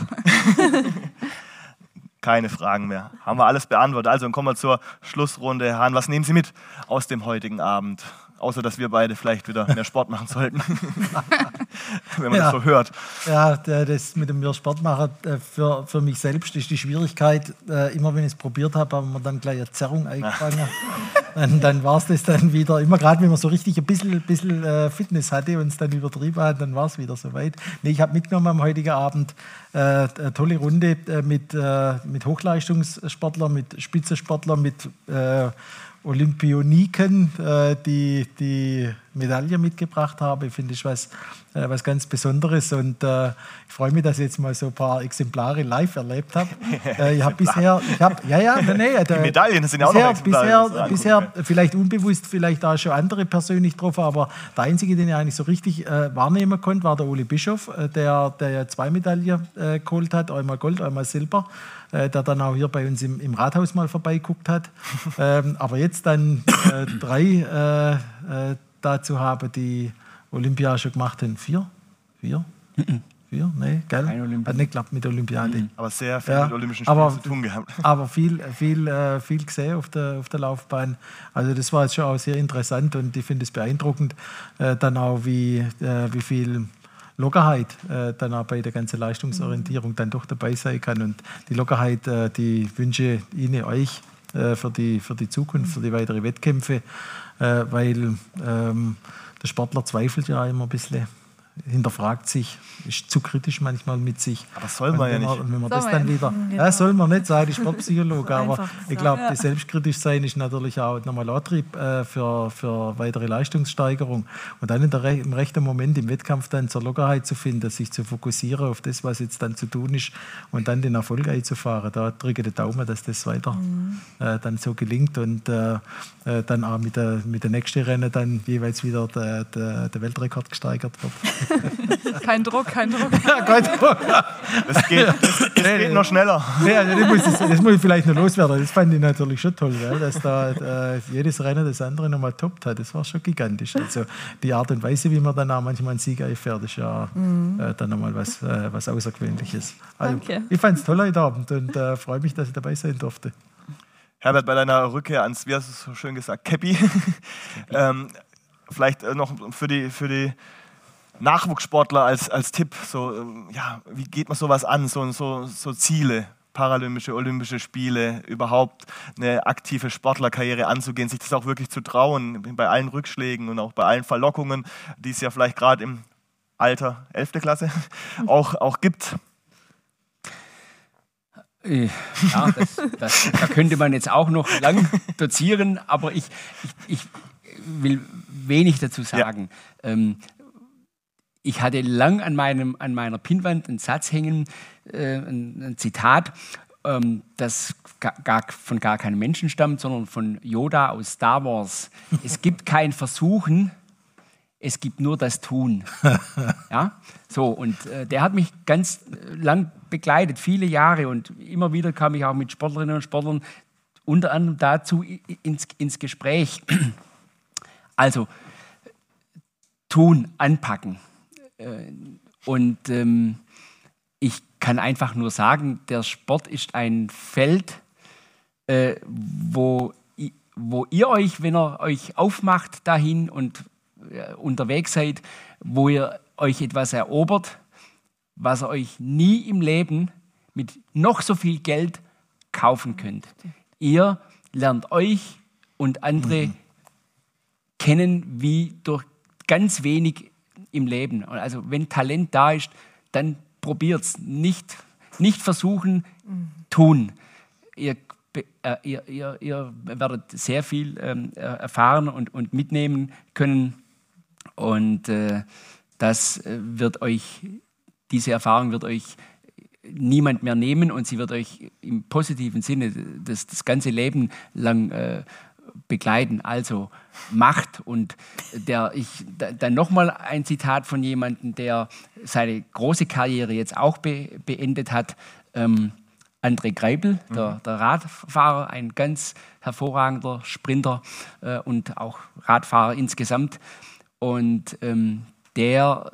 Keine Fragen mehr. Haben wir alles beantwortet. Also dann kommen wir zur Schlussrunde. Herr Hahn, was nehmen Sie mit aus dem heutigen Abend? Außer, dass wir beide vielleicht wieder mehr Sport machen sollten. Wenn man ja. das so hört. Ja, das mit dem mehr Sport machen, für, für mich selbst ist die Schwierigkeit, immer wenn ich es probiert habe, haben wir dann gleich eine Zerrung eingefangen. dann dann war es das dann wieder, immer gerade wenn man so richtig ein bisschen, bisschen Fitness hatte und es dann übertrieben hat, dann war es wieder soweit. Nee, ich habe mitgenommen am heutigen Abend äh, eine tolle Runde mit, äh, mit Hochleistungssportlern, mit Spitzensportlern, mit äh, Olympioniken, äh, die die Medaille mitgebracht haben. Ich finde, das ist was, äh, was ganz Besonderes und äh, ich freue mich, dass ich jetzt mal so ein paar Exemplare live erlebt habe. Äh, ich habe bisher, ich habe, ja, ja, nee, nee, die Medaillen sind ja auch bisher, noch Exemplare. Bisher, bisher vielleicht unbewusst, vielleicht auch schon andere persönlich drauf, aber der Einzige, den ich eigentlich so richtig äh, wahrnehmen konnte, war der Uli Bischof, äh, der, der ja zwei Medaillen äh, geholt hat, einmal Gold, einmal Silber, äh, der dann auch hier bei uns im, im Rathaus mal vorbeigeguckt hat. ähm, aber jetzt dann äh, drei äh, äh, dazu haben, die Olympia schon gemacht haben. Vier? Vier? Vier? Nee, gell? Hat nicht geklappt mit der Olympiade. Mhm. Aber sehr viel ja, mit Olympischen Spielen aber, zu tun gehabt. Aber viel, viel, äh, viel gesehen auf der, auf der Laufbahn. Also das war jetzt schon auch sehr interessant und ich finde es beeindruckend, äh, dann auch wie, äh, wie viel Lockerheit äh, dann auch bei der ganzen Leistungsorientierung dann doch dabei sein kann. Und die Lockerheit, äh, die wünsche Ihnen, euch äh, für, die, für die Zukunft, für die weiteren Wettkämpfe, äh, weil ähm, der Sportler zweifelt ja immer ein bisschen, hinterfragt sich, ist zu kritisch manchmal mit sich. Aber das soll man ja nicht. Und wenn man Soll das man dann ja wieder, nicht. ja, soll man nicht sein, die Sportpsychologe, aber Einfach ich glaube, das selbstkritisch sein ist natürlich auch nochmal Antrieb äh, für, für weitere Leistungssteigerung. Und dann in der, im rechten Moment im Wettkampf dann zur Lockerheit zu finden, sich zu fokussieren auf das, was jetzt dann zu tun ist und dann den Erfolg einzufahren. Da drücke ich den Daumen, dass das weiter mhm. äh, dann so gelingt und äh, äh, dann auch mit der, mit der nächsten Rennen dann jeweils wieder der, der, der Weltrekord gesteigert wird. Kein Druck, kein Druck. Ja, kein Druck. Das geht, das, das Nee, geht nee. noch schneller. Ja, das, muss ich, das muss ich vielleicht noch loswerden. Das fand ich natürlich schon toll, weil dass da äh, jedes Rennen das andere nochmal toppt hat. Das war schon gigantisch. Also die Art und Weise, wie man dann auch manchmal einen Sieg einfährt, ist ja mhm. äh, dann nochmal was, äh, was Außergewöhnliches. Also, Danke. ich fand es toll heute Abend und äh, freue mich, dass ich dabei sein durfte. Herbert, bei deiner Rückkehr ans, wie hast du es so schön gesagt, Käppi, ähm, vielleicht noch für die, für die Nachwuchssportler als, als Tipp, so, ja, wie geht man sowas an, so, so, so Ziele, Paralympische, Olympische Spiele, überhaupt eine aktive Sportlerkarriere anzugehen, sich das auch wirklich zu trauen, bei allen Rückschlägen und auch bei allen Verlockungen, die es ja vielleicht gerade im Alter elfte Klasse auch, auch gibt. Ja, das, das, da könnte man jetzt auch noch lang dozieren, aber ich, ich, ich will wenig dazu sagen. Ja. Ähm, ich hatte lang an, meinem, an meiner Pinnwand einen Satz hängen, äh, ein, ein Zitat, ähm, das gar, gar, von gar keinem Menschen stammt, sondern von Yoda aus Star Wars. Es gibt kein Versuchen, es gibt nur das Tun. Ja? So, und äh, der hat mich ganz lang begleitet, viele Jahre. Und immer wieder kam ich auch mit Sportlerinnen und Sportlern unter anderem dazu ins, ins Gespräch. Also, tun, anpacken. Äh, und ähm, ich kann einfach nur sagen, der Sport ist ein Feld, äh, wo, wo ihr euch, wenn ihr euch aufmacht dahin und unterwegs seid, wo ihr euch etwas erobert, was ihr euch nie im Leben mit noch so viel Geld kaufen könnt. Ihr lernt euch und andere mhm. kennen wie durch ganz wenig im Leben. Also wenn Talent da ist, dann probiert's. Nicht, nicht versuchen, mhm. tun. Ihr, äh, ihr, ihr, ihr werdet sehr viel ähm, erfahren und, und mitnehmen können. Und äh, das wird euch, diese Erfahrung wird euch niemand mehr nehmen und sie wird euch im positiven Sinne das, das ganze Leben lang äh, begleiten. Also Macht. Und der, ich, da, dann nochmal ein Zitat von jemandem, der seine große Karriere jetzt auch be, beendet hat. Ähm, André Greipel, mhm. der, der Radfahrer, ein ganz hervorragender Sprinter äh, und auch Radfahrer insgesamt. Und ähm, der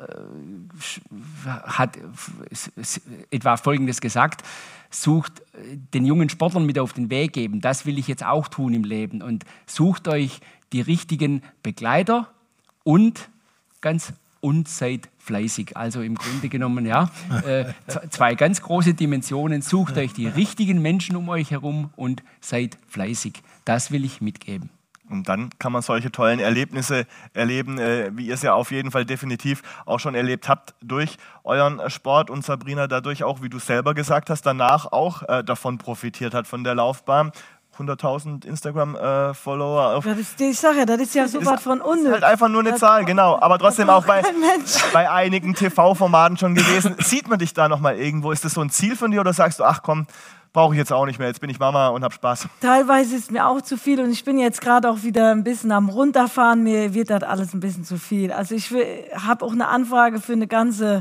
äh, hat etwa Folgendes gesagt: Sucht den jungen Sportlern mit auf den Weg geben, das will ich jetzt auch tun im Leben, und sucht euch die richtigen Begleiter und ganz und seid fleißig. Also im Grunde genommen, ja, äh, zwei ganz große Dimensionen. Sucht euch die richtigen Menschen um euch herum und seid fleißig. Das will ich mitgeben. Und dann kann man solche tollen Erlebnisse erleben, äh, wie ihr es ja auf jeden Fall definitiv auch schon erlebt habt durch euren Sport, und Sabrina dadurch auch, wie du selber gesagt hast, danach auch äh, davon profitiert hat, von der Laufbahn. hunderttausend Instagram-Follower. Äh, ich sage ja, das ist ja so was von unnötig. Ist halt einfach nur eine das Zahl, genau. Aber trotzdem auch bei, bei einigen T V-Formaten schon gewesen. Sieht man dich da nochmal irgendwo? Ist das so ein Ziel von dir, oder sagst du, ach komm, brauche ich jetzt auch nicht mehr, jetzt bin ich Mama und habe Spaß? Teilweise ist mir auch zu viel, und ich bin jetzt gerade auch wieder ein bisschen am Runterfahren. Mir wird das alles ein bisschen zu viel. Also ich habe auch eine Anfrage für eine ganze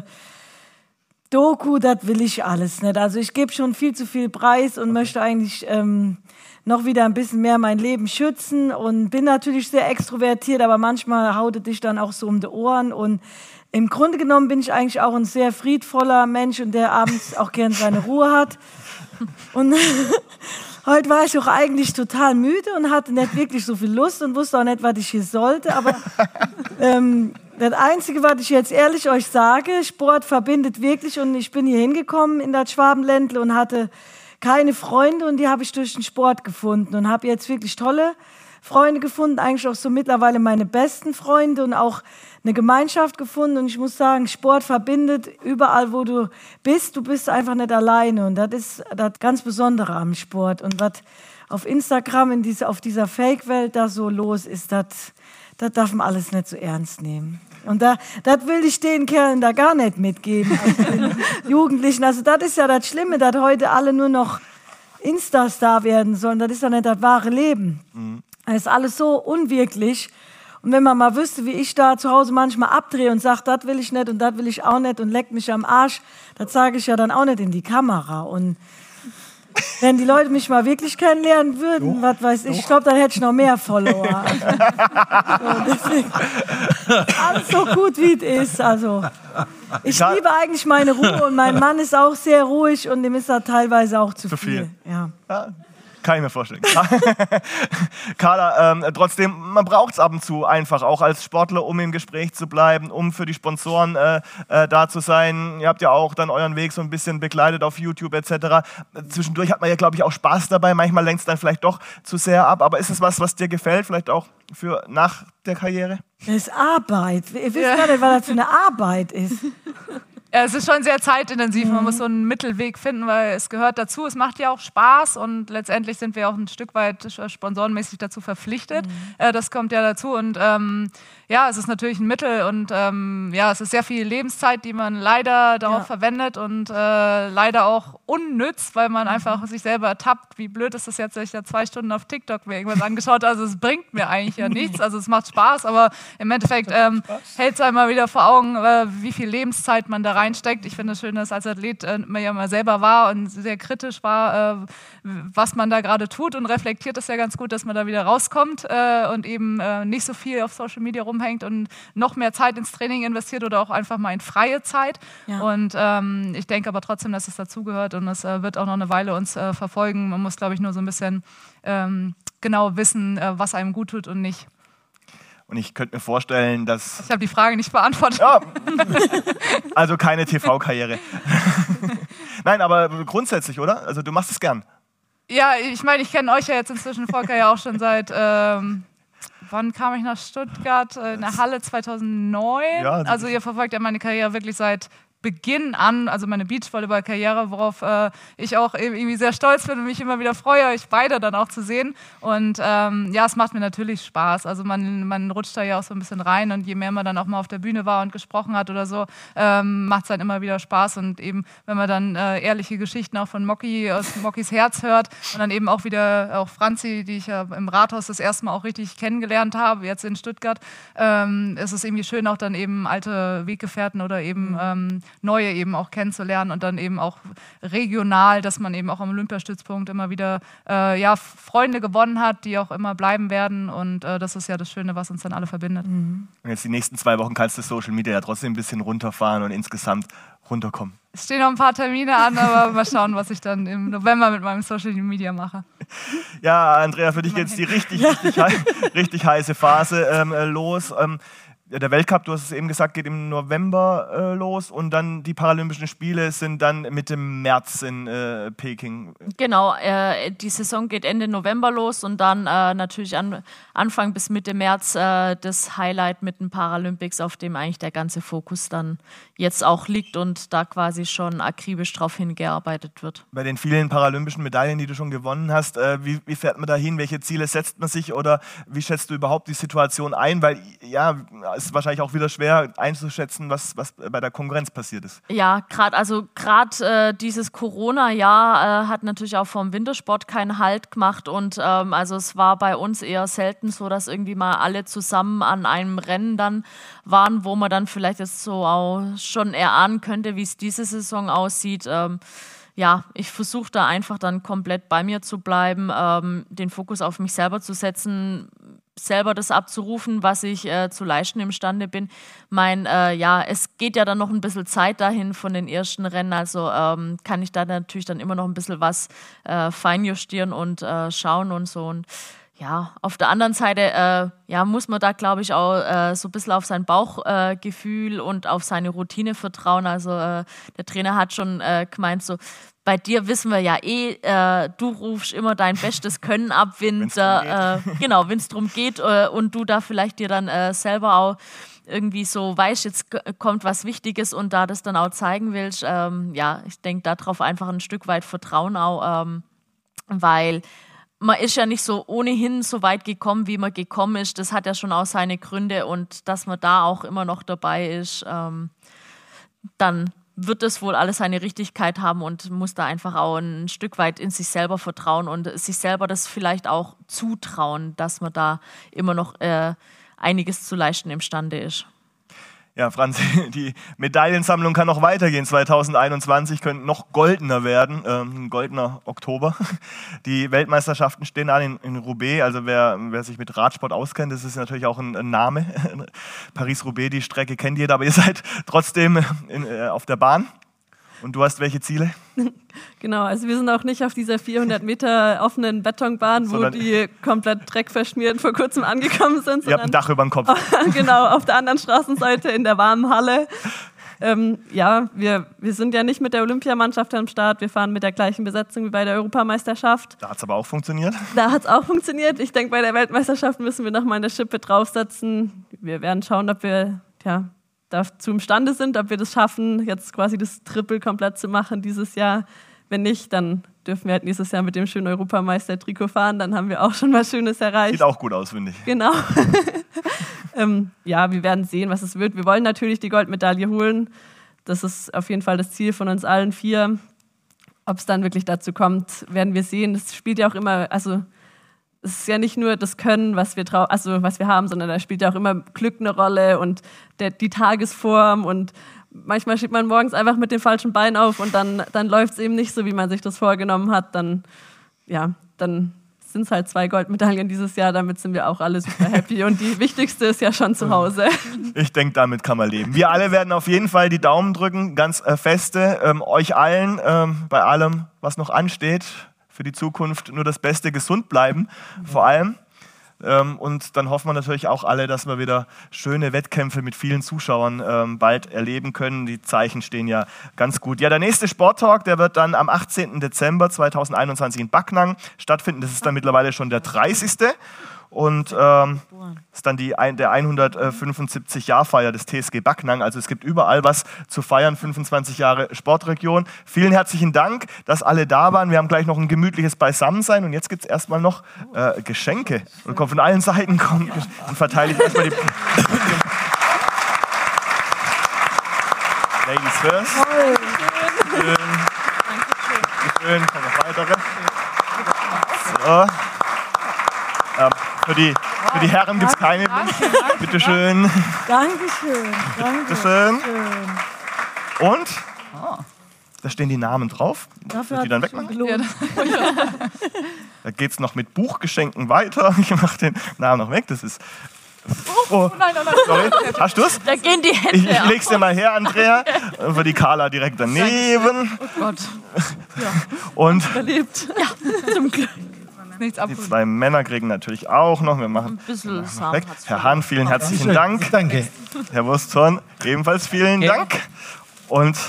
Doku, das will ich alles nicht. Also ich gebe schon viel zu viel Preis und möchte eigentlich ähm, noch wieder ein bisschen mehr mein Leben schützen, und bin natürlich sehr extrovertiert, aber manchmal haut es dich dann auch so um die Ohren. Und im Grunde genommen bin ich eigentlich auch ein sehr friedvoller Mensch, und der abends auch gern seine Ruhe hat. Und heute war ich auch eigentlich total müde und hatte nicht wirklich so viel Lust und wusste auch nicht, was ich hier sollte. Aber ähm, das Einzige, was ich jetzt ehrlich euch sage, Sport verbindet wirklich, und ich bin hier hingekommen in das Schwabenländle und hatte keine Freunde, und die habe ich durch den Sport gefunden und habe jetzt wirklich tolle Freunde gefunden, eigentlich auch so mittlerweile meine besten Freunde, und auch eine Gemeinschaft gefunden. Und ich muss sagen, Sport verbindet überall, wo du bist. Du bist einfach nicht alleine, und das ist das ganz Besondere am Sport. Und was auf Instagram, in diese, auf dieser Fake-Welt da so los ist, das, das darf man alles nicht so ernst nehmen. Und da, das will ich den Kerlen da gar nicht mitgeben, also den Jugendlichen. Also das ist ja das Schlimme, dass heute alle nur noch Insta-Star werden sollen. Das ist ja nicht das wahre Leben. Mhm. Das ist alles so unwirklich. Und wenn man mal wüsste, wie ich da zu Hause manchmal abdrehe und sage, das will ich nicht und das will ich auch nicht und leck mich am Arsch, das sage ich ja dann auch nicht in die Kamera. Und wenn die Leute mich mal wirklich kennenlernen würden, jo, was weiß ich, jo. ich glaube, dann hätte ich noch mehr Follower. So, deswegen, alles so gut, wie es ist. Also, ich ja. liebe eigentlich meine Ruhe, und mein Mann ist auch sehr ruhig, und dem ist da teilweise auch zu, zu viel. viel. Ja. Ja. Kann ich mir vorstellen. Carla, ähm, trotzdem, man braucht es ab und zu einfach auch als Sportler, um im Gespräch zu bleiben, um für die Sponsoren äh, äh, da zu sein. Ihr habt ja auch dann euren Weg so ein bisschen begleitet auf YouTube et cetera. Zwischendurch hat man ja, glaube ich, auch Spaß dabei. Manchmal lenkt es dann vielleicht doch zu sehr ab. Aber ist es was, was dir gefällt, vielleicht auch für nach der Karriere? Das ist Arbeit. Ich weiß gar nicht, was das für eine Arbeit ist. Ja, es ist schon sehr zeitintensiv. Man muss so einen Mittelweg finden, weil es gehört dazu. Es macht ja auch Spaß, und letztendlich sind wir auch ein Stück weit sponsorenmäßig dazu verpflichtet. Mhm. Äh, das kommt ja dazu, und ähm, ja, es ist natürlich ein Mittel, und ähm, ja, es ist sehr viel Lebenszeit, die man leider darauf ja. verwendet, und äh, leider auch unnütz, weil man einfach sich selber ertappt. Wie blöd ist das jetzt, dass ich da zwei Stunden auf TikTok mir irgendwas angeschaut habe? Also es bringt mir eigentlich ja nichts. Also es macht Spaß, aber im Endeffekt ähm, hält es einmal wieder vor Augen, äh, wie viel Lebenszeit man da reinsteckt. Ich finde es schön, dass als Athlet äh, man ja mal selber war und sehr kritisch war, äh, was man da gerade tut, und reflektiert das ja ganz gut, dass man da wieder rauskommt äh, und eben äh, nicht so viel auf Social Media rumhängt und noch mehr Zeit ins Training investiert oder auch einfach mal in freie Zeit. Ja. Und ähm, ich denke aber trotzdem, dass es dazugehört, und es äh, wird auch noch eine Weile uns äh, verfolgen. Man muss, glaube ich, nur so ein bisschen ähm, genau wissen, äh, was einem gut tut und nicht. Und ich könnte mir vorstellen, dass... Ich habe die Frage nicht beantwortet. Ja. Also keine T V-Karriere. Nein, aber grundsätzlich, oder? Also du machst es gern. Ja, ich meine, ich kenne euch ja jetzt inzwischen, Volker, ja auch schon seit... Ähm, wann kam ich nach Stuttgart? In der Halle zweitausendneun. Ja, also ihr verfolgt ja meine Karriere wirklich seit Beginn an, also meine Beachvolleyball-Karriere, worauf äh, ich auch irgendwie sehr stolz bin und mich immer wieder freue, euch beide dann auch zu sehen. Und ähm, ja, es macht mir natürlich Spaß. Also man, man rutscht da ja auch so ein bisschen rein und je mehr man dann auch mal auf der Bühne war und gesprochen hat oder so, ähm, macht es dann immer wieder Spaß. Und eben, wenn man dann äh, ehrliche Geschichten auch von Mocky aus Mockys Herz hört und dann eben auch wieder auch Franzi, die ich ja im Rathaus das erste Mal auch richtig kennengelernt habe, jetzt in Stuttgart, ähm, ist es irgendwie schön, auch dann eben alte Weggefährten oder eben ähm, neue eben auch kennenzulernen und dann eben auch regional, dass man eben auch am Olympiastützpunkt immer wieder äh, ja, Freunde gewonnen hat, die auch immer bleiben werden und äh, das ist ja das Schöne, was uns dann alle verbindet. Mhm. Und jetzt die nächsten zwei Wochen kannst du Social Media ja trotzdem ein bisschen runterfahren und insgesamt runterkommen. Es stehen noch ein paar Termine an, aber mal schauen, was ich dann im November mit meinem Social Media mache. Ja, Andrea, für dich geht jetzt die richtig, richtig, hei richtig heiße Phase ähm, los. Ähm, Der Weltcup, du hast es eben gesagt, geht im November äh, los und dann die Paralympischen Spiele sind dann Mitte März in äh, Peking. Genau, äh, die Saison geht Ende November los und dann äh, natürlich an, Anfang bis Mitte März äh, das Highlight mit den Paralympics, auf dem eigentlich der ganze Fokus dann jetzt auch liegt und da quasi schon akribisch drauf hingearbeitet wird. Bei den vielen paralympischen Medaillen, die du schon gewonnen hast, äh, wie, wie fährt man da hin? Welche Ziele setzt man sich oder wie schätzt du überhaupt die Situation ein? Weil, ja, es ist wahrscheinlich auch wieder schwer einzuschätzen, was, was bei der Konkurrenz passiert ist. Ja, gerade also gerade äh, dieses Corona-Jahr äh, hat natürlich auch vom Wintersport keinen Halt gemacht und ähm, also es war bei uns eher selten so, dass irgendwie mal alle zusammen an einem Rennen dann waren, wo man dann vielleicht jetzt so auch schon erahnen könnte, wie es diese Saison aussieht. Ähm, Ja, ich versuche da einfach dann komplett bei mir zu bleiben, ähm, den Fokus auf mich selber zu setzen, selber das abzurufen, was ich äh, zu leisten imstande bin. Mein, äh, ja, es geht ja dann noch ein bisschen Zeit dahin von den ersten Rennen, also ähm, kann ich da natürlich dann immer noch ein bisschen was äh, feinjustieren und äh, schauen und so. Und ja, auf der anderen Seite äh, ja, muss man da, glaube ich, auch äh, so ein bisschen auf sein Bauchgefühl äh, und auf seine Routine vertrauen. Also äh, der Trainer hat schon äh, gemeint, so, bei dir wissen wir ja eh, äh, du rufst immer dein bestes Können ab, wenn äh, genau, wenn es darum geht äh, und du da vielleicht dir dann äh, selber auch irgendwie so weißt, jetzt kommt was Wichtiges und da das dann auch zeigen willst. Ähm, ja, ich denke, darauf einfach ein Stück weit Vertrauen auch, ähm, weil man ist ja nicht so ohnehin so weit gekommen, wie man gekommen ist. Das hat ja schon auch seine Gründe und dass man da auch immer noch dabei ist, ähm, dann wird es wohl alles seine Richtigkeit haben und muss da einfach auch ein Stück weit in sich selber vertrauen und sich selber das vielleicht auch zutrauen, dass man da immer noch äh, einiges zu leisten imstande ist. Ja, Franz, die Medaillensammlung kann noch weitergehen. zwanzig einundzwanzig könnte noch goldener werden, ähm, ein goldener Oktober. Die Weltmeisterschaften stehen an in, in Roubaix, also wer, wer sich mit Radsport auskennt, das ist natürlich auch ein, ein Name. Paris-Roubaix, die Strecke kennt jeder, aber ihr seid trotzdem in, äh, auf der Bahn. Und du hast welche Ziele? Genau, also wir sind auch nicht auf dieser vierhundert Meter offenen Betonbahn, wo sondern die komplett dreckverschmiert vor kurzem angekommen sind. Ihr habt ein Dach über dem Kopf. Genau, auf der anderen Straßenseite in der warmen Halle. Ähm, ja, wir, wir sind ja nicht mit der Olympiamannschaft am Start, wir fahren mit der gleichen Besetzung wie bei der Europameisterschaft. Da hat es aber auch funktioniert? Da hat es auch funktioniert. Ich denke, bei der Weltmeisterschaft müssen wir nochmal eine Schippe draufsetzen. Wir werden schauen, ob wir ja, dazu imstande sind, ob wir das schaffen, jetzt quasi das Triple komplett zu machen dieses Jahr. Wenn nicht, dann dürfen wir halt nächstes Jahr mit dem schönen Europameister-Trikot fahren. Dann haben wir auch schon was Schönes erreicht. Sieht auch gut aus, finde ich. Genau. ähm, ja, wir werden sehen, was es wird. Wir wollen natürlich die Goldmedaille holen. Das ist auf jeden Fall das Ziel von uns allen vier. Ob es dann wirklich dazu kommt, werden wir sehen. Das spielt ja auch immer, also es ist ja nicht nur das Können, was wir, trau- also was wir haben, sondern da spielt ja auch immer Glück eine Rolle und der, die Tagesform und manchmal steht man morgens einfach mit dem falschen Bein auf und dann, dann läuft es eben nicht so, wie man sich das vorgenommen hat. Dann, ja, dann sind es halt zwei Goldmedaillen dieses Jahr, damit sind wir auch alle super happy und die wichtigste ist ja schon zu Hause. Ich denke, damit kann man leben. Wir alle werden auf jeden Fall die Daumen drücken, ganz äh, feste, ähm, euch allen ähm, bei allem, was noch ansteht, für die Zukunft nur das Beste, gesund bleiben, vor allem. Ähm, und dann hoffen wir natürlich auch alle, dass wir wieder schöne Wettkämpfe mit vielen Zuschauern ähm, bald erleben können. Die Zeichen stehen ja ganz gut. Ja, der nächste Sporttalk, der wird dann am achtzehnten Dezember zweitausendeinundzwanzig in Backnang stattfinden. Das ist dann mittlerweile schon der dreißigste Und ähm, ist dann die, der hundertfünfundsiebzig-Jahr-Feier des T S G Backnang. Also es gibt überall was zu feiern, fünfundzwanzig Jahre Sportregion. Vielen herzlichen Dank, dass alle da waren. Wir haben gleich noch ein gemütliches Beisammensein und jetzt gibt es erstmal noch äh, Geschenke. Und kommt von allen Seiten kommen und verteile ich erstmal die... Ladies first. Schön. Schön. Kommen noch weitere. So. Ähm, für, die, für die Herren gibt es keine Wünsche. Bitte schön. Dankeschön. Bitte schön. Und da stehen die Namen drauf. Dafür die dann hat wegmachen. gelohnt. Da geht es noch mit Buchgeschenken weiter. Ich mache den Namen noch weg. Das ist. Oh, Nein, nein, nein. sorry. Hast du es? Da gehen die Hände Ich, ich ab. leg's dir mal her, Andrea. Und für die Carla direkt daneben. Oh Gott. Und Verliebt. Zum Glück. Nichts die abholen. zwei Männer kriegen natürlich auch noch. Wir machen Ein bisschen Samen weg. hat's Herr Hahn, vielen herzlichen Schön. Dank. Danke. Herr Wursthorn, ebenfalls vielen Ja. Dank. Und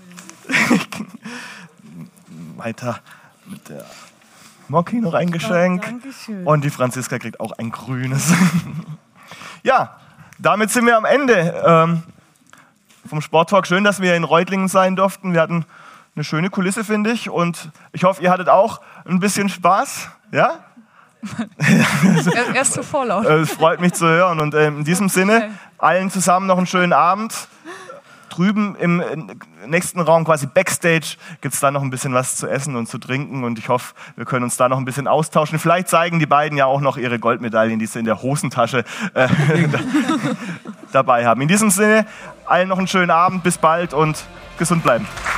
weiter mit der Moki noch ein Geschenk. Dankeschön. Und die Franziska kriegt auch ein grünes. Ja, damit sind wir am Ende ähm, vom Sporttalk. Schön, dass wir in Reutlingen sein durften. Wir hatten eine schöne Kulisse, finde ich. Und ich hoffe, ihr hattet auch ein bisschen Spaß. Ja? Er, er ist zu vorlaut. Äh, Es freut mich zu hören. Und äh, in diesem Sinne, allen zusammen noch einen schönen Abend. Drüben im nächsten Raum, quasi Backstage, gibt es da noch ein bisschen was zu essen und zu trinken. Und ich hoffe, wir können uns da noch ein bisschen austauschen. Vielleicht zeigen die beiden ja auch noch ihre Goldmedaillen, die sie in der Hosentasche äh, dabei haben. In diesem Sinne, allen noch einen schönen Abend. Bis bald und gesund bleiben.